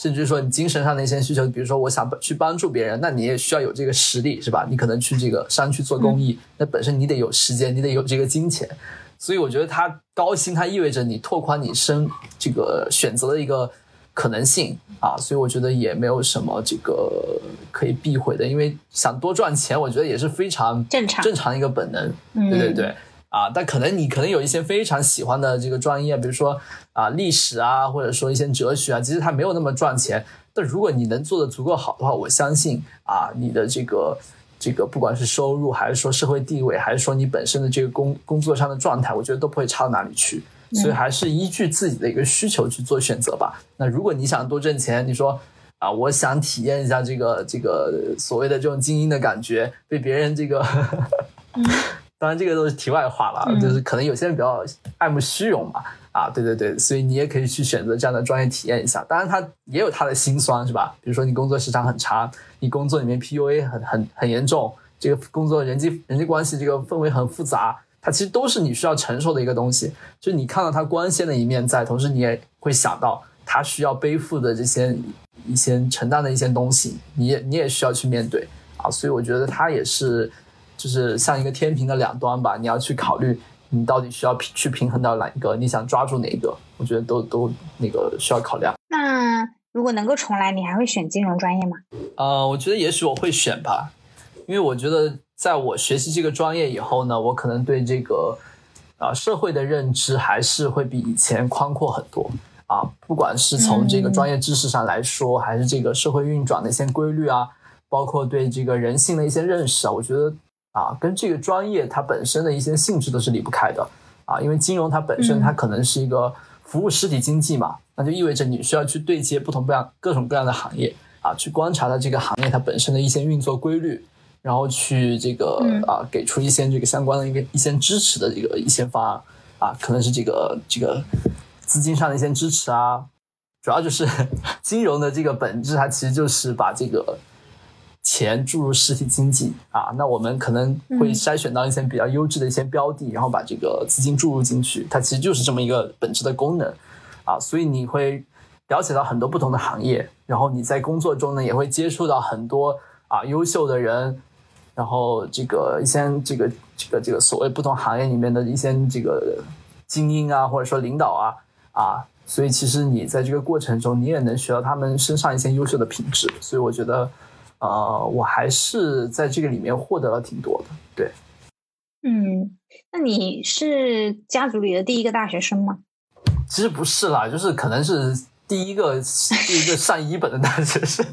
甚至说你精神上的一些需求，比如说我想去帮助别人，那你也需要有这个实力，是吧？你可能去这个山区做公益，嗯、那本身你得有时间，你得有这个金钱，所以我觉得它高薪，它意味着你拓宽你生这个选择的一个可能性啊，所以我觉得也没有什么这个可以避讳的，因为想多赚钱，我觉得也是非常正常正常的一个本能，嗯、对对对。啊，但可能你可能有一些非常喜欢的这个专业，比如说啊历史啊，或者说一些哲学啊，其实它没有那么赚钱。但如果你能做得足够好的话，我相信啊，你的这个这个不管是收入，还是说社会地位，还是说你本身的这个工工作上的状态，我觉得都不会差到哪里去。所以还是依据自己的一个需求去做选择吧。那如果你想多挣钱，你说啊，我想体验一下这个这个所谓的这种精英的感觉，被别人这个。嗯当然这个都是题外话了、嗯、就是可能有些人比较爱慕虚荣嘛，啊对对对，所以你也可以去选择这样的专业体验一下。当然它也有它的辛酸，是吧？比如说你工作时长很长，你工作里面 P U A 很很很严重，这个工作人际人际关系这个氛围很复杂，它其实都是你需要承受的一个东西。就是你看到它光鲜的一面在，同时你也会想到它需要背负的这些一些承担的一些东西，你也你也需要去面对啊。所以我觉得它也是就是像一个天平的两端吧，你要去考虑你到底需要去平衡到哪一个，你想抓住哪一个，我觉得都都那个需要考量。 那如果能够重来，你还会选金融专业吗？ 呃，我觉得也许我会选吧，因为我觉得在我学习这个专业以后呢，我可能对这个啊、呃、社会的认知还是会比以前宽阔很多啊，不管是从这个专业知识上来说、嗯、还是这个社会运转的一些规律啊，包括对这个人性的一些认识啊，我觉得啊，跟这个专业它本身的一些性质都是离不开的啊，因为金融它本身它可能是一个服务实体经济嘛，嗯、那就意味着你需要去对接不同各样各种各样的行业啊，去观察它这个行业它本身的一些运作规律，然后去这个、嗯、啊给出一些这个相关的一个一些支持的这个一些方案啊，可能是这个这个资金上的一些支持啊，主要就是金融的这个本质它其实就是把这个钱注入实体经济啊，那我们可能会筛选到一些比较优质的一些标的、嗯、然后把这个资金注入进去，它其实就是这么一个本质的功能啊，所以你会了解到很多不同的行业，然后你在工作中呢也会接触到很多啊优秀的人，然后这个一些这个这个这个所谓不同行业里面的一些这个精英啊，或者说领导啊啊，所以其实你在这个过程中你也能学到他们身上一些优秀的品质，所以我觉得呃，我还是在这个里面获得了挺多的，对。 嗯，那你是家族里的第一个大学生吗？ 其实不是啦，就是可能是第一个第一个上一本的大学生。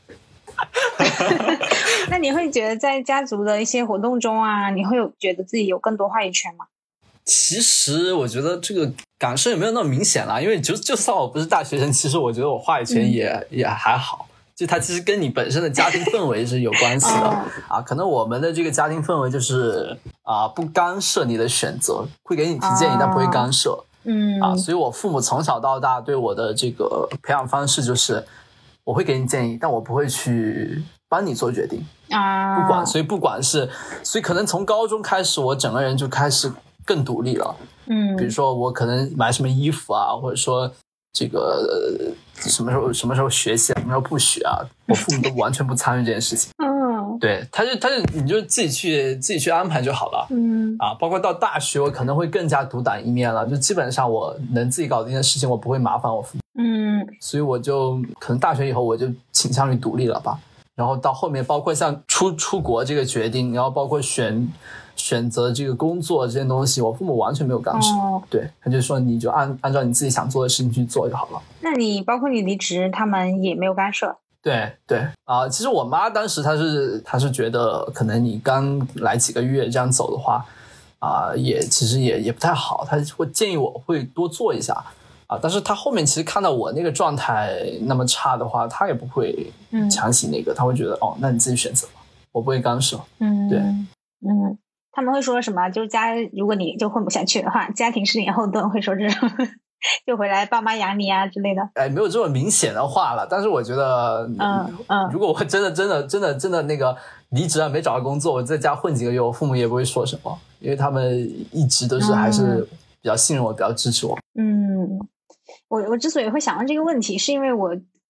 那你会觉得在家族的一些活动中啊，你会有觉得自己有更多话语权吗？ 其实我觉得这个感受也没有那么明显啦，因为就就算我不是大学生，其实我觉得我话语权也、嗯、也还好。就它其实跟你本身的家庭氛围是有关系的、哦、啊，可能我们的这个家庭氛围就是啊不干涉你的选择，会给你提建议、哦、但不会干涉， 嗯啊，所以我父母从小到大对我的这个培养方式就是我会给你建议，但我不会去帮你做决定啊， 不管，所以不管是，所以可能从高中开始，我整个人就开始更独立了， 嗯， 比如说我可能买什么衣服啊，或者说这个。什么时候什么时候学习，什么时候不学啊？我父母都完全不参与这件事情。 嗯， 对，他就他就你就自己去自己去安排就好了。 嗯啊，包括到大学，我可能会更加独当一面了。就基本上我能自己搞定的事情，我不会麻烦我父母。 嗯， 所以我就可能大学以后我就倾向于独立了吧。然后到后面，包括像出出国这个决定，然后包括选。选择这个工作这些东西，我父母完全没有干涉、哦、对，他就说你就按按照你自己想做的事情去做就好了。 那你包括你离职他们也没有干涉？ 对对啊、呃，其实我妈当时她是她是觉得可能你刚来几个月这样走的话啊、呃，也其实也也不太好，她会建议我会多做一下啊、呃，但是她后面其实看到我那个状态那么差的话，她也不会强行那个，她、嗯、会觉得哦，那你自己选择吧，我不会干涉。 嗯， 对， 嗯。他们会说什么？就是家，如果你就混不下去的话，家庭是你后盾，会说这种，就回来爸妈养你啊之类的。 哎，没有这么明显的话了，但是我觉得， 嗯嗯， 如果我真的真的真的真的那个离职了没找到工作，我在家混几个月，我父母也不会说什么，因为他们一直都是还是比较信任我，嗯、比较支持我。 嗯，我我之所以会想到这个问题，是因为我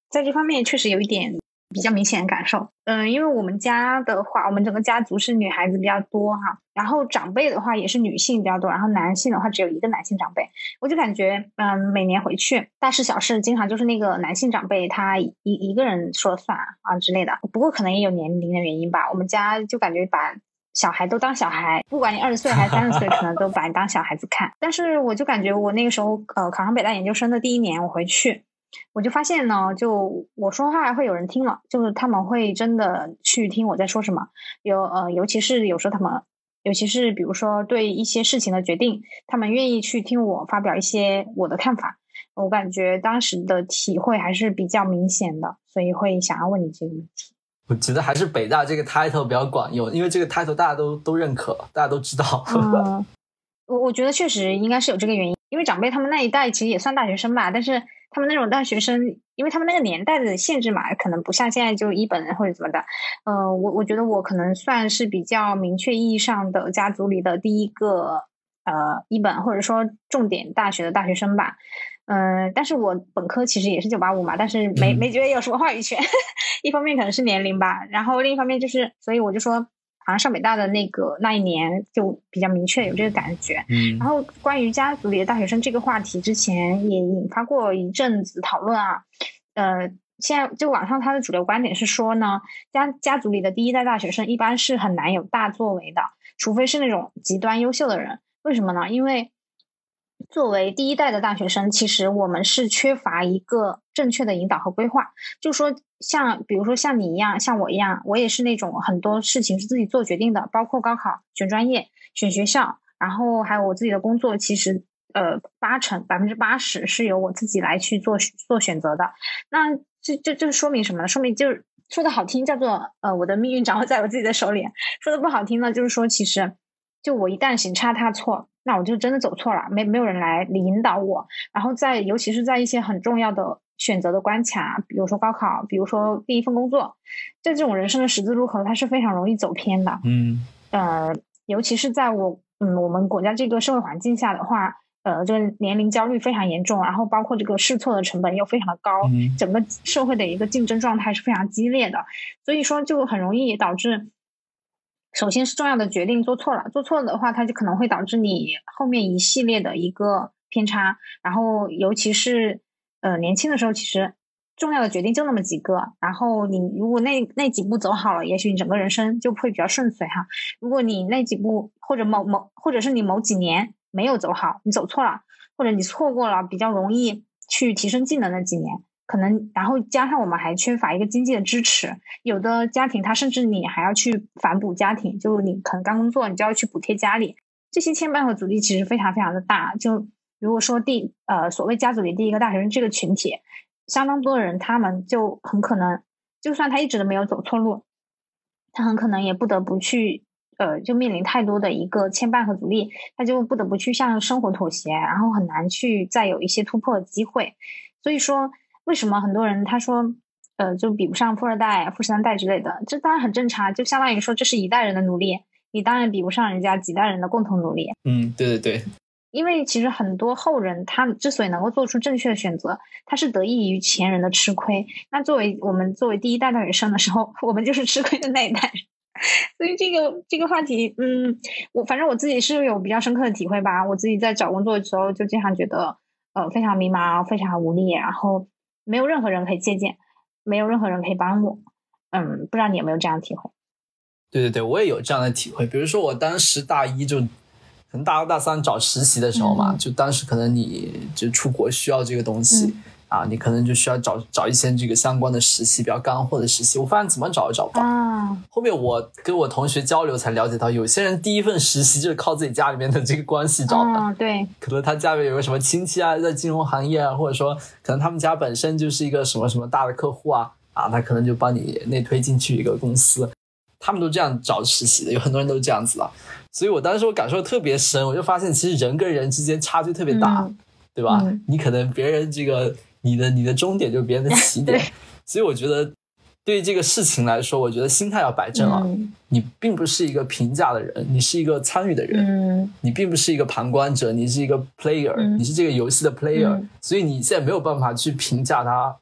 在这方面确实有一点比较明显的感受。嗯、呃，因为我们家的话，我们整个家族是女孩子比较多哈，然后长辈的话也是女性比较多，然后男性的话只有一个男性长辈。我就感觉，嗯，每年回去大事小事，经常就是那个男性长辈他一一个人说了算啊之类的。不过可能也有年龄的原因吧，我们家就感觉把小孩都当小孩，不管你二十岁还是三十岁，可能都把你当小孩子看。但是我就感觉我那个时候，呃，考上北大研究生的第一年，我回去。我就发现呢，就我说话会有人听了，就是他们会真的去听我在说什么。有呃，尤其是有时候他们，尤其是比如说对一些事情的决定，他们愿意去听我发表一些我的看法。我感觉当时的体会还是比较明显的，所以会想要问你这个问题。 我觉得还是北大这个 title 比较管用，因为这个 title 大家都都认可，大家都知道。 嗯，我我觉得确实应该是有这个原因，因为长辈他们那一代其实也算大学生吧，但是他们那种大学生，因为他们那个年代的限制嘛，可能不像现在就一本或者怎么的。呃，我我觉得我可能算是比较明确意义上的家族里的第一个呃一本或者说重点大学的大学生吧。嗯、呃，但是我本科其实也是九八五嘛，但是没没觉得有什么话语权。一方面可能是年龄吧，然后另一方面就是，所以我就说。好像上北大的那个那一年就比较明确有这个感觉。 嗯， 然后关于家族里的大学生这个话题，之前也引发过一阵子讨论啊。呃，现在就网上他的主流观点是说呢，家家族里的第一代大学生一般是很难有大作为的，除非是那种极端优秀的人。为什么呢？因为作为第一代的大学生，其实我们是缺乏一个正确的引导和规划。就说像比如说像你一样，像我一样，我也是那种很多事情是自己做决定的，包括高考、选专业、选学校，然后还有我自己的工作，其实呃八成百分之八十是由我自己来去做做选择的。那这这这说明什么呢？说明就是说的好听叫做呃我的命运掌握在我自己的手里，说的不好听呢，就是说其实就我一旦行差踏错，那我就真的走错了，没没有人来引导我。然后在尤其是在一些很重要的选择的关卡，比如说高考，比如说第一份工作，在这种人生的十字路口，它是非常容易走偏的。 嗯， 呃，尤其是在我嗯我们国家这个社会环境下的话，呃，这个年龄焦虑非常严重，然后包括这个试错的成本又非常的高， 嗯， 整个社会的一个竞争状态是非常激烈的，所以说就很容易导致。首先是重要的决定做错了，做错了的话，它就可能会导致你后面一系列的一个偏差。然后尤其是呃年轻的时候，其实重要的决定就那么几个，然后你如果那那几步走好了，也许你整个人生就会比较顺遂哈。如果你那几步或者某某或者是你某几年没有走好，你走错了，或者你错过了比较容易去提升技能的几年。可能然后加上我们还缺乏一个经济的支持，有的家庭他甚至你还要去反哺家庭，就你可能刚工作你就要去补贴家里，这些牵绊和阻力其实非常非常的大。就如果说第呃所谓家族里第一个大学生这个群体，相当多的人他们就很可能就算他一直都没有走错路，他很可能也不得不去呃就面临太多的一个牵绊和阻力，他就不得不去向生活妥协，然后很难去再有一些突破的机会。所以说为什么很多人他说呃就比不上富二代、富三代之类的，这当然很正常，就相当于说这是一代人的努力，你当然比不上人家几代人的共同努力。 嗯，对对对， 因为其实很多后人他之所以能够做出正确的选择，他是得益于前人的吃亏。那作为我们作为第一代大学生的时候，我们就是吃亏的那一代人。所以这个这个话题，嗯，我反正我自己是有比较深刻的体会吧。我自己在找工作的时候就经常觉得呃非常迷茫，非常无力，然后没有任何人可以借鉴，没有任何人可以帮我。嗯，不知道你有没有这样的体会？ 对对对，我也有这样的体会。比如说我当时大一就可能大二大三找实习的时候嘛，嗯、就当时可能你就出国需要这个东西、嗯、啊，你可能就需要找找一些这个相关的实习，比较干货的实习。我发现怎么找都找不到。啊、后面我跟我同学交流才了解到，有些人第一份实习就是靠自己家里面的这个关系找的。 啊、对， 可能他家里面有个什么亲戚啊，在金融行业啊，或者说可能他们家本身就是一个什么什么大的客户啊，啊，他可能就帮你内推进去一个公司。他们都这样找实习的，有很多人都这样子了，所以我当时我感受特别深，我就发现其实人跟人之间差距特别大，嗯、对吧、嗯？你可能别人这个你的你的终点就是别人的起点，所以我觉得对于这个事情来说，我觉得心态要摆正啊。嗯、你并不是一个评价的人，你是一个参与的人，嗯、你并不是一个旁观者，你是一个 player，、嗯、你是这个游戏的 player，、嗯、所以你现在没有办法去评价他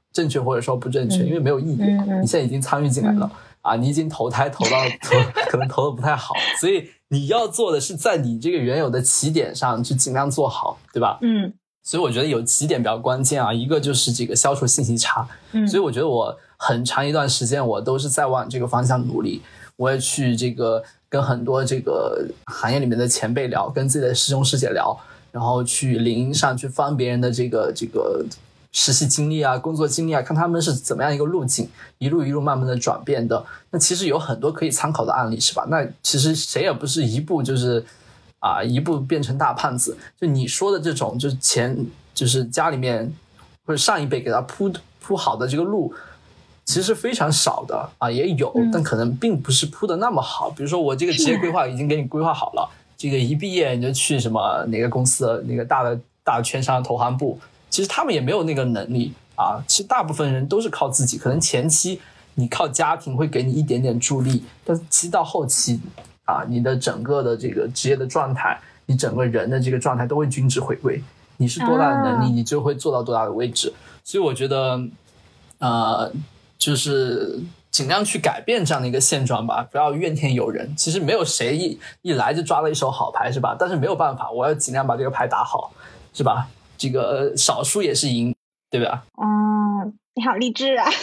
正确或者说不正确， 嗯、 因为没有意义、 嗯、 你现在已经参与进来了、 嗯、 啊，你已经投胎投到投可能投的不太好，所以你要做的是在你这个原有的起点上去尽量做好，对吧？ 嗯， 所以我觉得有几点比较关键啊，一个就是这个消除信息差， 嗯， 所以我觉得我很长一段时间我都是在往这个方向努力，我也去这个跟很多这个行业里面的前辈聊，跟自己的师兄师姐聊，然后去领英上去翻别人的这个这个实习经历啊，工作经历啊，看他们是怎么样一个路径，一路一路慢慢的转变的。那其实有很多可以参考的案例，是吧？那其实谁也不是一步就是啊一步变成大胖子。就你说的这种，就是前就是家里面或者上一辈给他铺铺好的这个路，其实是非常少的啊，也有，但可能并不是铺的那么好。比如说我这个职业规划已经给你规划好了，这个一毕业你就去什么哪个公司那个大的大的券商投行部，其实他们也没有那个能力啊。其实大部分人都是靠自己，可能前期你靠家庭会给你一点点助力，但是其实到后期啊，你的整个的这个职业的状态，你整个人的这个状态都会均值回归。你是多大的能力，你就会做到多大的位置。所以我觉得，呃，就是尽量去改变这样的一个现状吧，不要怨天尤人。其实没有谁一一来就抓了一手好牌，是吧？但是没有办法，我要尽量把这个牌打好，是吧？这个少输也是赢，对吧？ 嗯，你好励志啊！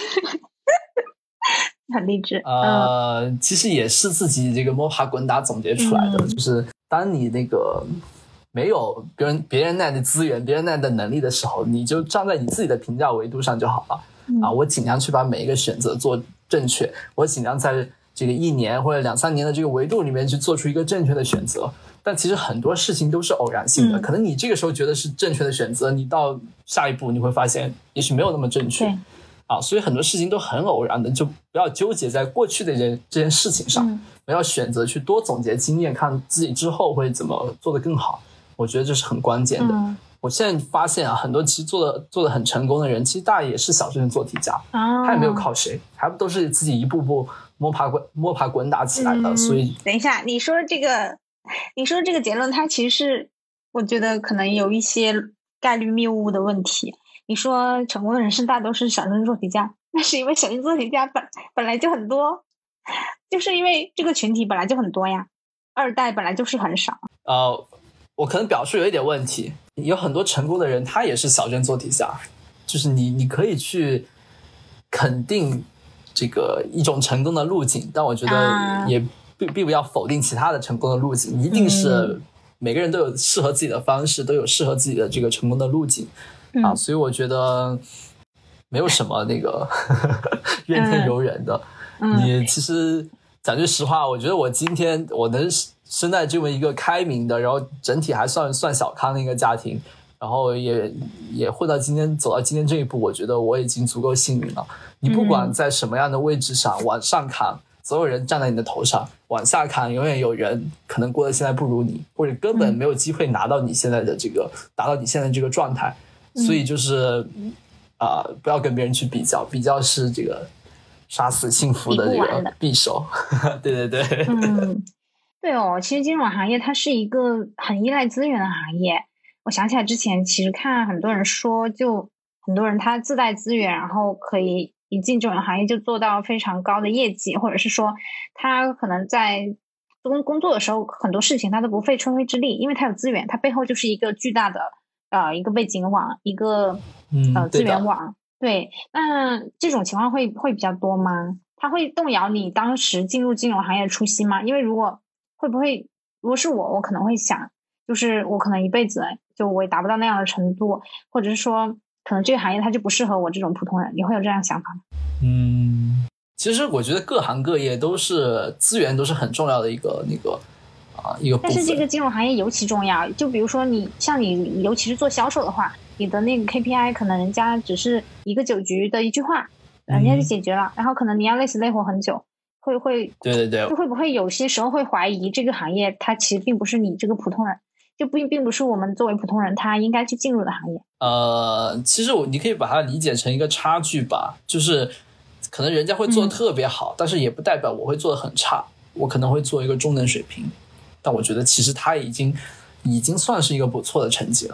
很励志。 呃、嗯，其实也是自己这个摸爬滚打总结出来的，嗯、就是当你那个没有别人别人那样的资源，别人那样的能力的时候，你就站在你自己的评价维度上就好了。嗯、啊，我尽量去把每一个选择做正确，我尽量在这个一年或者两三年的这个维度里面去做出一个正确的选择。但其实很多事情都是偶然性的，嗯、可能你这个时候觉得是正确的选择，你到下一步你会发现也许没有那么正确。啊，所以很多事情都很偶然的，就不要纠结在过去的这件这件事情上，嗯、我要选择去多总结经验，看自己之后会怎么做得更好。我觉得这是很关键的。嗯、我现在发现啊，很多其实做的做的很成功的人，其实大家也是小镇做题家，啊、他也没有靠谁，还不都是自己一步步摸爬滚摸爬滚打起来的。嗯、所以， 等一下，你说这个，你说这个结论，它其实是我觉得可能有一些概率谬误的问题。你说成功的人士大都是小镇做题家，那是因为小镇做题家本本来就很多，就是因为这个群体本来就很多呀，二代本来就是很少。 呃，我可能表述有一点问题，有很多成功的人他也是小镇做题家，就是你你可以去肯定这个一种成功的路径，但我觉得也并并不要否定其他的成功的路径，一定是每个人都有适合自己的方式，都有适合自己的这个成功的路径。啊，所以我觉得没有什么那个怨天尤人的。嗯、你其实讲句实话，我觉得我今天我能生在这么一个开明的，然后整体还算算小康的一个家庭，然后也也混到今天走到今天这一步，我觉得我已经足够幸运了。你不管在什么样的位置上，往上看，所有人站在你的头上；往下看，永远有人可能过得现在不如你，或者根本没有机会拿到你现在的这个达到你现在这个状态。所以就是啊、呃，不要跟别人去比较，比较是这个杀死幸福的这个匕首。对对对， 嗯，对哦，其实金融行业它是一个很依赖资源的行业。我想起来之前其实看很多人说，就很多人他自带资源，然后可以一进这种行业就做到非常高的业绩，或者是说他可能在工工作的时候很多事情他都不费吹灰之力，因为他有资源，他背后就是一个巨大的。呃，一个背景网，一个呃资源网，对，那这种情况会会比较多吗？它会动摇你当时进入金融行业的初心吗？因为如果会不会，如果是我，我可能会想，就是我可能一辈子就我也达不到那样的程度，或者是说，可能这个行业它就不适合我这种普通人，你会有这样想法吗？ 嗯，其实我觉得各行各业都是资源都是很重要的一个那个。啊，一个但是这个金融行业尤其重要，就比如说你像你尤其是做销售的话，你的那个 K P I 可能人家只是一个酒局的一句话，人家就解决了，嗯、然后可能你要累死累活很久，会会对对对， 就会不会有些时候会怀疑这个行业它其实并不是你这个普通人，就不并不是我们作为普通人他应该去进入的行业。 呃，其实我你可以把它理解成一个差距吧，就是可能人家会做得特别好，嗯、但是也不代表我会做得很差，我可能会做一个中等水平。但我觉得其实他已经已经算是一个不错的成绩了，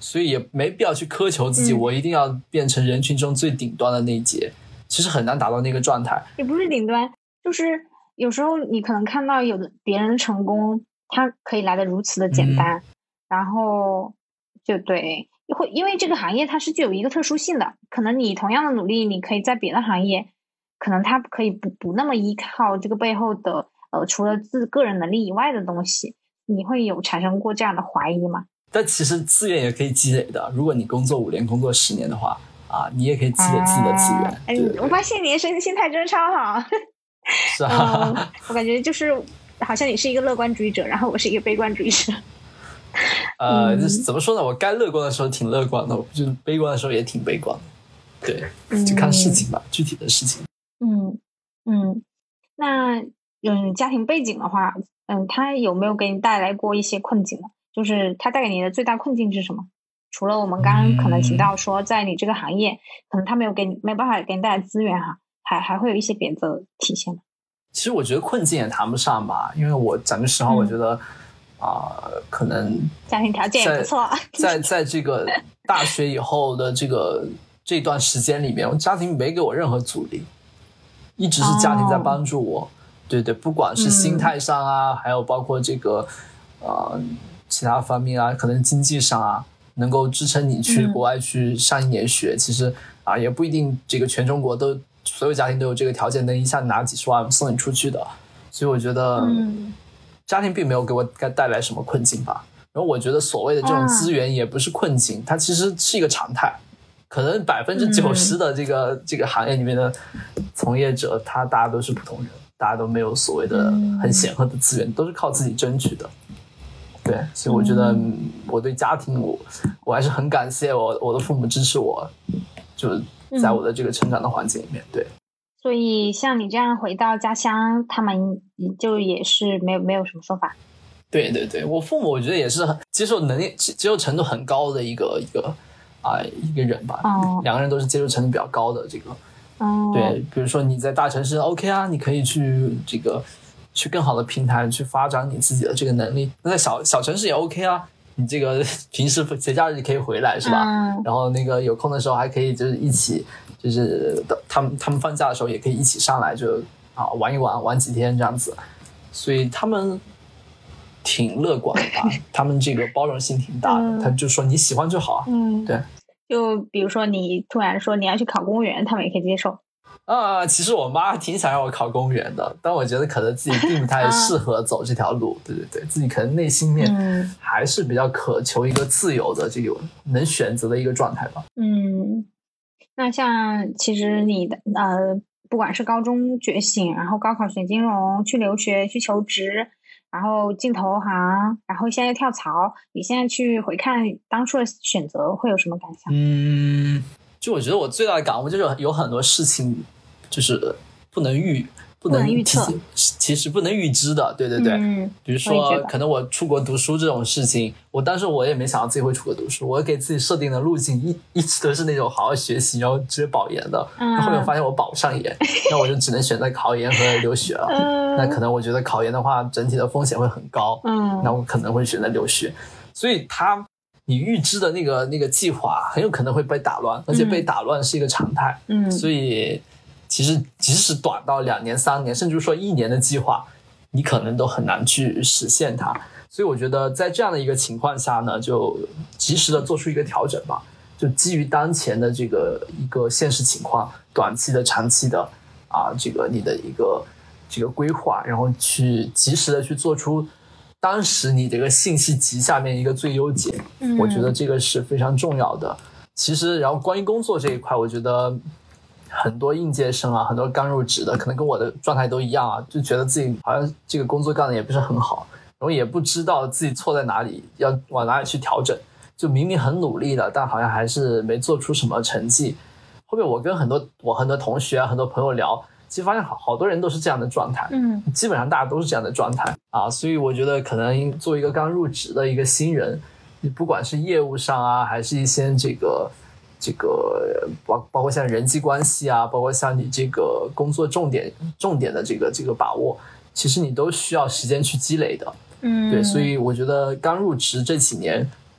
所以也没必要去苛求自己、嗯、我一定要变成人群中最顶端的那一节，其实很难达到那个状态。 也不是顶端，就是有时候你可能看到有的别人的成功他可以来得如此的简单、嗯、然后就对，会因为这个行业它是具有一个特殊性的，可能你同样的努力你可以在别的行业可能它可以不不那么依靠这个背后的呃除了自个人能力以外的东西，你会有产生过这样的怀疑吗？ 但其实资源也可以积累的，如果你工作五年工作十年的话啊，你也可以积累自己的资源、啊、对对对， 我发现你的心态真超好。 是啊、 嗯、我感觉就是好像你是一个乐观主义者，然后我是一个悲观主义者。 呃，就是怎么说呢？我该乐观的时候挺乐观的，我就悲观的时候也挺悲观的。对，就看事情吧、嗯，具体的事情。 嗯嗯，那嗯，家庭背景的话，嗯，它有没有给你带来过一些困境呢？就是它带给你的最大困境是什么？除了我们刚刚可能提到说，在你这个行业，嗯、可能它没有给你没有办法给你带来资源哈，还还会有一些别的体现吗？ 其实我觉得困境也谈不上吧，因为我讲句实话，我觉得。嗯啊、呃，可能家庭条件也不错。 在在这个大学以后的这个这段时间里面，我家庭没给我任何阻力，一直是家庭在帮助我。哦、对对，不管是心态上啊，嗯、还有包括这个呃其他方面啊，可能经济上啊，能够支撑你去国外去上一年学。嗯、其实啊，也不一定这个全中国都所有家庭都有这个条件，能一下拿几十万送你出去的。所以我觉得。嗯，家庭并没有给我带来什么困境吧，然后我觉得所谓的这种资源也不是困境，它其实是一个常态。可能百分之九十的这个、嗯、这个行业里面的从业者，他大家都是普通人，大家都没有所谓的很显赫的资源，都是靠自己争取的。对，所以我觉得我对家庭我我还是很感谢我我的父母支持我，就是在我的这个成长的环境里面。对。 所以像你这样回到家乡，他们就也是没有没有什么说法。 对对对，我父母我觉得也是接受能力接受程度很高的一个一个啊、呃、一个人吧。哦，两个人都是接受程度比较高的这个。哦，对，比如说你在大城市 OK 啊，你可以去这个去更好的平台去发展你自己的这个能力。那在小小城市也 OK 啊，你这个平时节假日可以回来是吧？嗯，然后那个有空的时候还可以就是一起。就是他们他们放假的时候也可以一起上来就啊玩一玩玩几天这样子，所以他们挺乐观的吧，他们这个包容性挺大的，嗯、他就说你喜欢就好。嗯，对。 就比如说你突然说你要去考公务员，他们也可以接受。 啊，其实我妈挺想让我考公务员的，但我觉得可能自己并不太适合走这条路。对对对，自己可能内心面还是比较渴求一个自由的这个能选择的一个状态吧。 嗯。那像其实你的呃，不管是高中觉醒，然后高考选金融，去留学去求职，然后进投行，然后现在又跳槽，你现在去回看当初的选择，会有什么感想？ 嗯，就我觉得我最大的感悟就是有很多事情就是不能预。不能预测，其实不能预知的，对对对。嗯、比如说，可能我出国读书这种事情，我当时我也没想到自己会出国读书，我给自己设定的路径一一直都是那种好好学习，然后直接保研的。嗯、后面发现我保不上研，那我就只能选择考研和留学了。嗯、那可能我觉得考研的话，整体的风险会很高。嗯，那我可能会选择留学。所以他，你预知的那个那个计划很有可能会被打乱，而且被打乱是一个常态。嗯，所以。其实即使短到两年三年甚至说一年的计划，你可能都很难去实现它。所以我觉得在这样的一个情况下呢，就及时的做出一个调整吧，就基于当前的这个一个现实情况，短期的长期的啊这个你的一个这个规划，然后去及时的去做出当时你这个信息集下面一个最优解。嗯，我觉得这个是非常重要的。其实然后关于工作这一块，我觉得很多应届生啊，很多刚入职的，可能跟我的状态都一样啊，就觉得自己好像这个工作干的也不是很好，然后也不知道自己错在哪里，要往哪里去调整，就明明很努力了，但好像还是没做出什么成绩。后面我跟很多我很多同学啊，很多朋友聊，其实发现好好多人都是这样的状态，嗯，基本上大家都是这样的状态啊，所以我觉得可能作为一个刚入职的一个新人，你不管是业务上啊，还是一些这个。这个包包括像人际关系啊，包括像你这个工作重点重点的这个这个把握，其实你都需要时间去积累的。嗯，对，所以我觉得刚入职这几年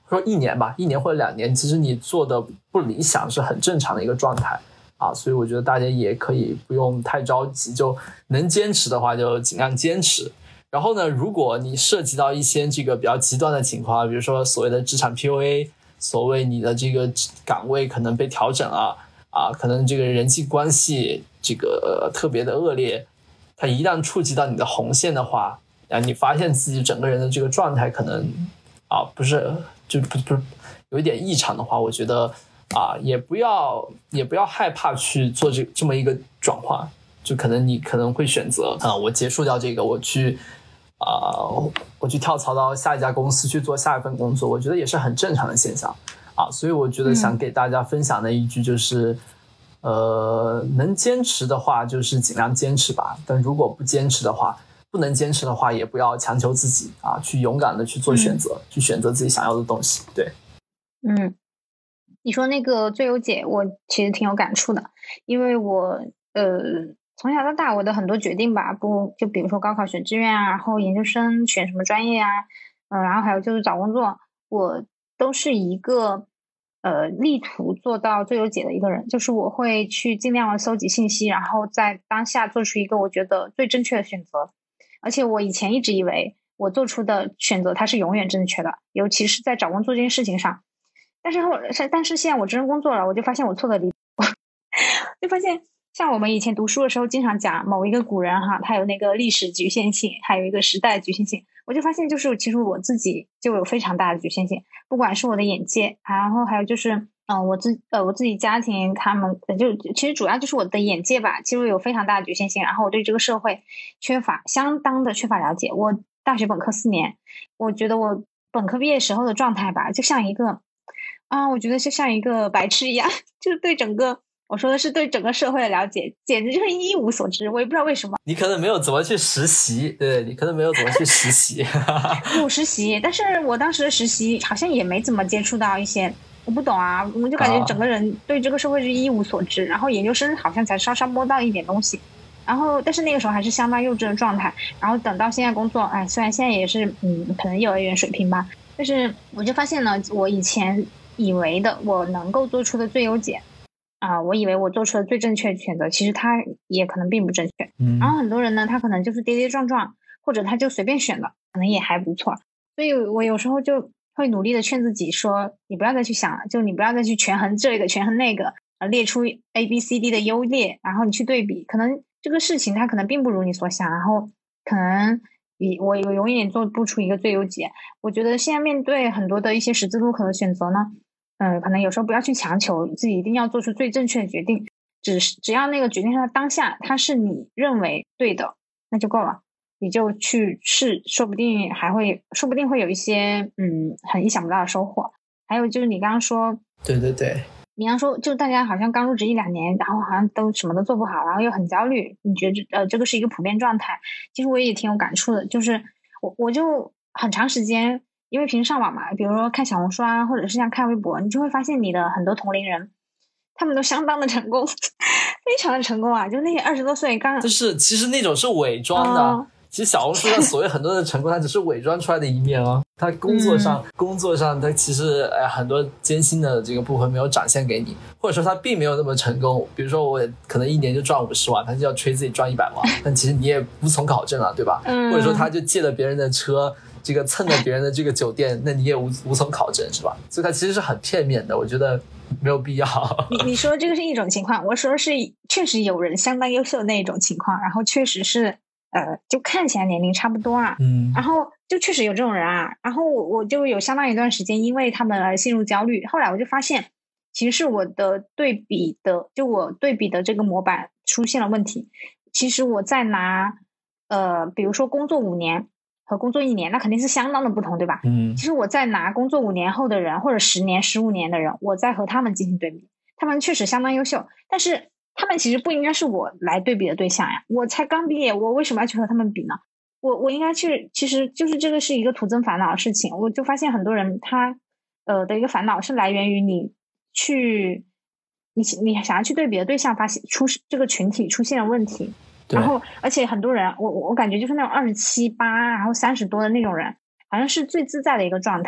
说一年吧，一年或者两年，其实你做的不理想是很正常的一个状态啊，所以我觉得大家也可以不用太着急，就能坚持的话就尽量坚持。然后呢，如果你涉及到一些这个比较极端的情况，比如说所谓的职场 P U A， 所谓你的这个岗位可能被调整了啊，可能这个人际关系这个、呃、特别的恶劣，它一旦触及到你的红线的话，啊，你发现自己整个人的这个状态可能啊不是就不不是有一点异常的话，我觉得啊也不要也不要害怕去做这这么一个转换，就可能你可能会选择啊我结束掉这个，我去啊我去跳槽到下一家公司去做下一份工作，我觉得也是很正常的现象啊，所以我觉得想给大家分享的一句就是。嗯呃，能坚持的话就是尽量坚持吧，但如果不坚持的话，不能坚持的话，也不要强求自己啊，去勇敢的去做选择，嗯、去选择自己想要的东西。对， 嗯，你说那个最优解，我其实挺有感触的，因为我呃从小到大我的很多决定吧，不就比如说高考选志愿啊，然后研究生选什么专业啊，嗯、呃，然后还有就是找工作，我都是一个。呃，力图做到最优解的一个人，就是我会去尽量的搜集信息，然后在当下做出一个我觉得最正确的选择。而且我以前一直以为我做出的选择它是永远正确的，尤其是在找工作这件事情上。但是后，但是现在我真正工作了，我就发现我错的离谱，就发现像我们以前读书的时候经常讲某一个古人哈，他有那个历史局限性，还有一个时代局限性。我就发现就是其实我自己就有非常大的局限性，不管是我的眼界，然后还有就是嗯、呃、我自呃我自己家庭他们就其实主要就是我的眼界吧，其实有非常大的局限性，然后我对这个社会缺乏相当的缺乏了解。我大学本科四年，我觉得我本科毕业时候的状态吧，就像一个啊我觉得就像一个白痴一样，就是对整个我说的是对整个社会的了解简直就是一无所知，我也不知道为什么。 你可能没有怎么去实习，对，你可能没有怎么去实习有实习，但是我当时的实习好像也没怎么接触到一些我不懂啊，我就感觉整个人对这个社会是一无所知、啊、然后研究生好像才稍稍摸到一点东西，然后但是那个时候还是相当幼稚的状态，然后等到现在工作，哎，虽然现在也是嗯可能幼儿园水平吧，但是我就发现呢，我以前以为的我能够做出的最优解啊、呃，我以为我做出的最正确的选择，其实它也可能并不正确。嗯，然后很多人呢，他可能就是跌跌撞撞，或者他就随便选的，可能也还不错。所以我有时候就会努力的劝自己说，你不要再去想了，就你不要再去权衡这个权衡那个，呃，列出 A B C D 的优劣，然后你去对比，可能这个事情它可能并不如你所想，然后可能你我我永远做不出一个最优解。我觉得现在面对很多的一些十字路口的选择呢。嗯，可能有时候不要去强求自己一定要做出最正确的决定，只是只要那个决定它当下它是你认为对的，那就够了，你就去试，说不定还会，说不定会有一些嗯很意想不到的收获。还有就是你刚刚说， 对对对， 你刚刚说就大家好像刚入职一两年，然后好像都什么都做不好，然后又很焦虑，你觉得呃这个是一个普遍状态？其实我也挺有感触的，就是我我就很长时间。因为平时上网嘛，比如说看小红书啊，或者是像看微博，你就会发现你的很多同龄人，他们都相当的成功，非常的成功啊！就那些二十多岁刚， 就是其实那种是伪装的。哦、其实小红书上所谓很多的成功，它只是伪装出来的一面啊。他工作上、嗯、工作上，他其实哎很多艰辛的这个部分没有展现给你，或者说他并没有那么成功。比如说我可能一年就赚五十万，他就要吹自己赚一百万，但其实你也无从考证啊，对吧？嗯、或者说他就借了别人的车。这个蹭了别人的这个酒店，那你也无无从考证，是吧？所以它其实是很片面的，我觉得没有必要。 你你说这个是一种情况，我说是确实有人相当优秀的那一种情况，然后确实是呃，就看起来年龄差不多啊，嗯，然后就确实有这种人啊，然后我我就有相当一段时间因为他们而陷入焦虑，后来我就发现，其实是我的对比的，就我对比的这个模板出现了问题。其实我在拿呃，比如说工作五年。和工作一年那肯定是相当的不同，对吧？嗯，其实我在拿工作五年后的人或者十年十五年的人，我在和他们进行对比，他们确实相当优秀，但是他们其实不应该是我来对比的对象呀，我才刚毕业，我为什么要去和他们比呢？我我应该去，其实就是这个是一个徒增烦恼的事情。我就发现很多人他呃的一个烦恼是来源于你去你你想要去对比的对象发现出这个群体出现了问题。然后而且很多人我我感觉就是那种二十七八然后三十多的那种人好像是最自在的一个状态，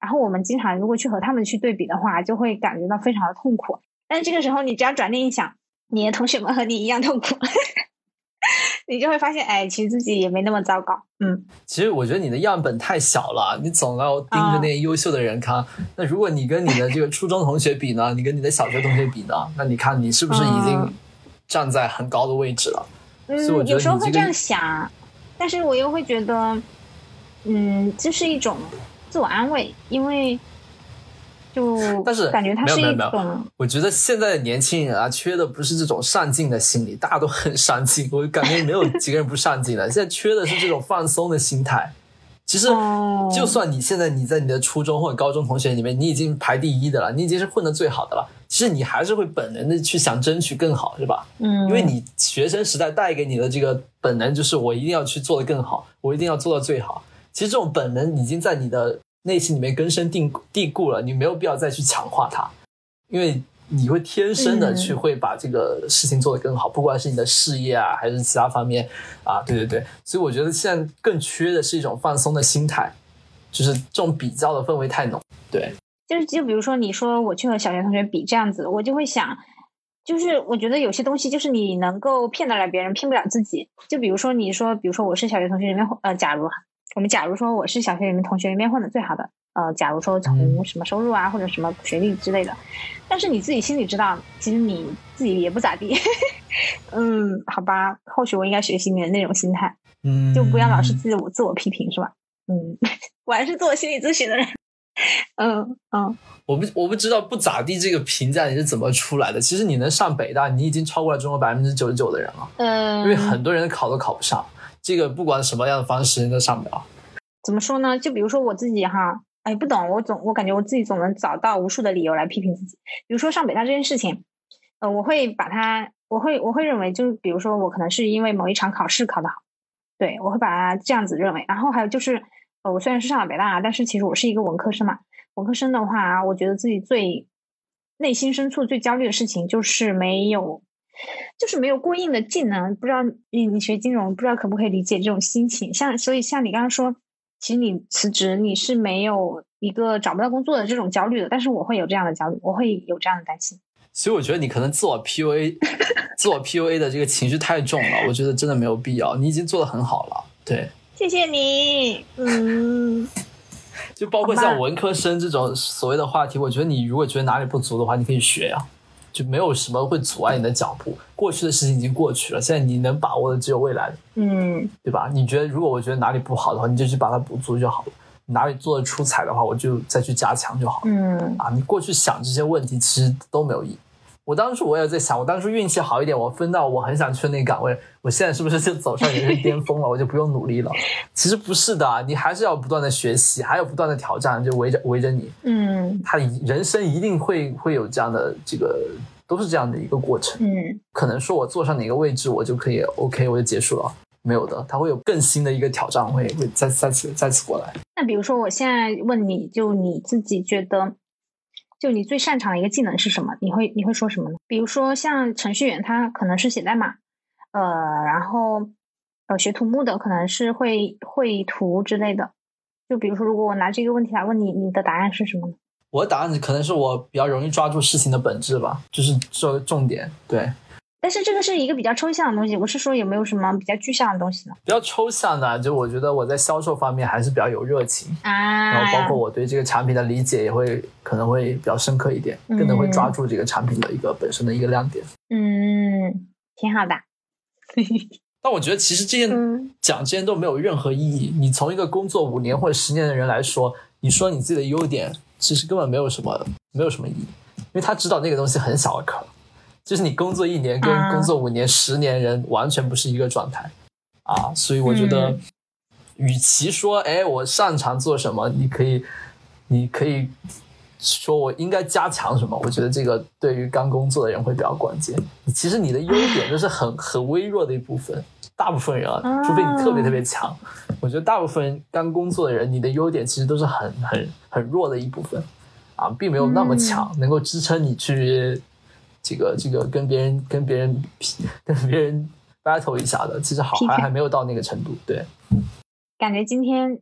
然后我们经常如果去和他们去对比的话，就会感觉到非常的痛苦。但是这个时候你只要转念一想，你的同学们和你一样痛苦你就会发现哎，其实自己也没那么糟糕。嗯， 其实我觉得你的样本太小了，你总要盯着那些优秀的人看、啊、那如果你跟你的这个初中同学比呢，你跟你的小学同学比呢，那你看你是不是已经站在很高的位置了？ 嗯， 所以我觉得你、这个、 有时候会这样想，但是我又会觉得嗯，这是一种自我安慰，因为就但是感觉它是一种， 我觉得现在的年轻人啊，缺的不是这种上进的心理，大家都很上进，我感觉没有几个人不上进的现在缺的是这种放松的心态。其实就算你现在你在你的初中或者高中同学里面你已经排第一的了，你已经是混得最好的了，其实你还是会本能的去想争取更好，是吧？嗯，因为你学生时代带给你的这个本能就是我一定要去做得更好，我一定要做到最好。其实这种本能已经在你的内心里面根深蒂蒂固了，你没有必要再去强化它，因为你会天生的去会把这个事情做得更好、嗯、不管是你的事业啊还是其他方面啊，对对对，所以我觉得现在更缺的是一种放松的心态，就是这种比较的氛围太浓。对， 就是就比如说你说我去和小学同学比这样子，我就会想就是我觉得有些东西就是你能够骗得了别人骗不了自己。就比如说你说比如说我是小学同学里面呃，假如我们假如说我是小学里面同学里面混得最好的，呃，假如说从什么收入啊、嗯、或者什么学历之类的，但是你自己心里知道其实你自己也不咋地嗯，好吧，或许我应该学习你的那种心态，嗯，就不要老是自我自我批评，是吧？嗯，我还是做心理咨询的人嗯嗯， 我不我不知道不咋地这个评价你是怎么出来的。其实你能上北大你已经超过了中国百分之九十九的人了，嗯，因为很多人考都考不上，这个不管什么样的方式都上不了。 怎么说呢？就比如说我自己哈，哎，不懂，我总我感觉我自己总能找到无数的理由来批评自己。比如说上北大这件事情，呃，我会把它，我会我会认为，就是比如说我可能是因为某一场考试考得好，对，我会把它这样子认为。然后还有就是，呃，我虽然是上了北大，但是其实我是一个文科生嘛。文科生的话，我觉得自己最内心深处最焦虑的事情就是没有。就是没有过硬的技能，不知道你你学金融不知道可不可以理解这种心情。像所以像你刚刚说其实你辞职你是没有一个找不到工作的这种焦虑的，但是我会有这样的焦虑，我会有这样的担心。 所以我觉得你可能自我 P U A 自我 P U A 的这个情绪太重了，我觉得真的没有必要，你已经做得很好了。对， 谢谢你。嗯， 就包括像文科生这种所谓的话题，我觉得你如果觉得哪里不足的话你可以学啊，就没有什么会阻碍你的脚步，过去的事情已经过去了，现在你能把握的只有未来的，嗯，对吧？你觉得如果我觉得哪里不好的话你就去把它补足就好了，哪里做得出彩的话我就再去加强就好了，嗯，啊，你过去想这些问题其实都没有意义。我当初我也在想，我当初运气好一点我分到我很想去的那个岗位，我现在是不是就走上人生巅峰了我就不用努力了？其实不是的，你还是要不断的学习，还有不断的挑战就围着围着你，嗯，他人生一定会会有这样的这个都是这样的一个过程，嗯，可能说我坐上哪个位置我就可以 OK 我就结束了，没有的，他会有更新的一个挑战会会再再次再次过来。 那比如说我现在问你，就你自己觉得就你最擅长的一个技能是什么？你会你会说什么呢？比如说像程序员他可能是写代码，呃，然后呃学土木的可能是会绘图之类的。就比如说如果我拿这个问题来问你，你的答案是什么呢？ 我的答案可能是我比较容易抓住事情的本质吧，就是这重点，对。 但是这个是一个比较抽象的东西，我是说有没有什么比较具象的东西呢？ 比较抽象的，就我觉得我在销售方面还是比较有热情啊，然后包括我对这个产品的理解也会可能会比较深刻一点，嗯，更能会抓住这个产品的一个本身的一个亮点。 嗯，挺好的。 但我觉得其实这些讲这些都没有任何意义，你从一个工作五年或者十年的人来说，你说你自己的优点其实根本没有什么没有什么意义，因为他知道那个东西很小的坑，就是你工作一年跟工作五年、啊、十年人完全不是一个状态啊，所以我觉得，嗯，与其说哎我擅长做什么，你可以你可以说我应该加强什么，我觉得这个对于刚工作的人会比较关键。其实你的优点就是很很微弱的一部分，大部分人啊，除非你特别特别强，我觉得大部分刚工作的人，你的优点其实都是很很很弱的一部分啊，并没有那么强，嗯，能够支撑你去这个这个跟别人跟别人跟别人 battle 一下的，其实好还还没有到那个程度。对， 感觉今天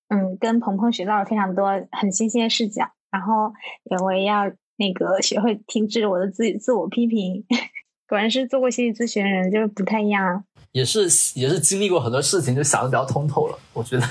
嗯，跟鹏鹏学到了非常多很新鲜的视角，然后我也要那个学会停止我的自己自我批评。果然是做过心理咨询的人就是不太一样， 也是也是经历过很多事情，就想的比较通透了，我觉得。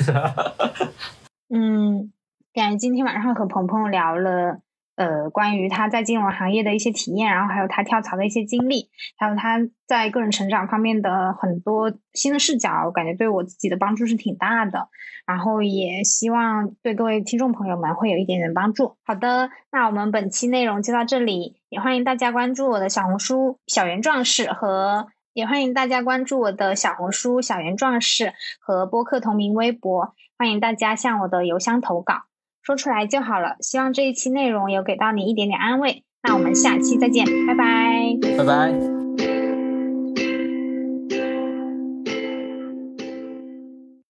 嗯，感觉今天晚上和鹏鹏聊了呃，关于他在金融行业的一些体验，然后还有他跳槽的一些经历，还有他在个人成长方面的很多新的视角，我感觉对我自己的帮助是挺大的，然后也希望对各位听众朋友们会有一点点帮助。好的，那我们本期内容就到这里，也欢迎大家关注我的小红书小圆壮士和也欢迎大家关注我的小红书小圆壮士和播客同名微博，欢迎大家向我的邮箱投稿，说出来就好了。希望这一期内容有给到你一点点安慰，那我们下期再见，拜拜， 拜拜。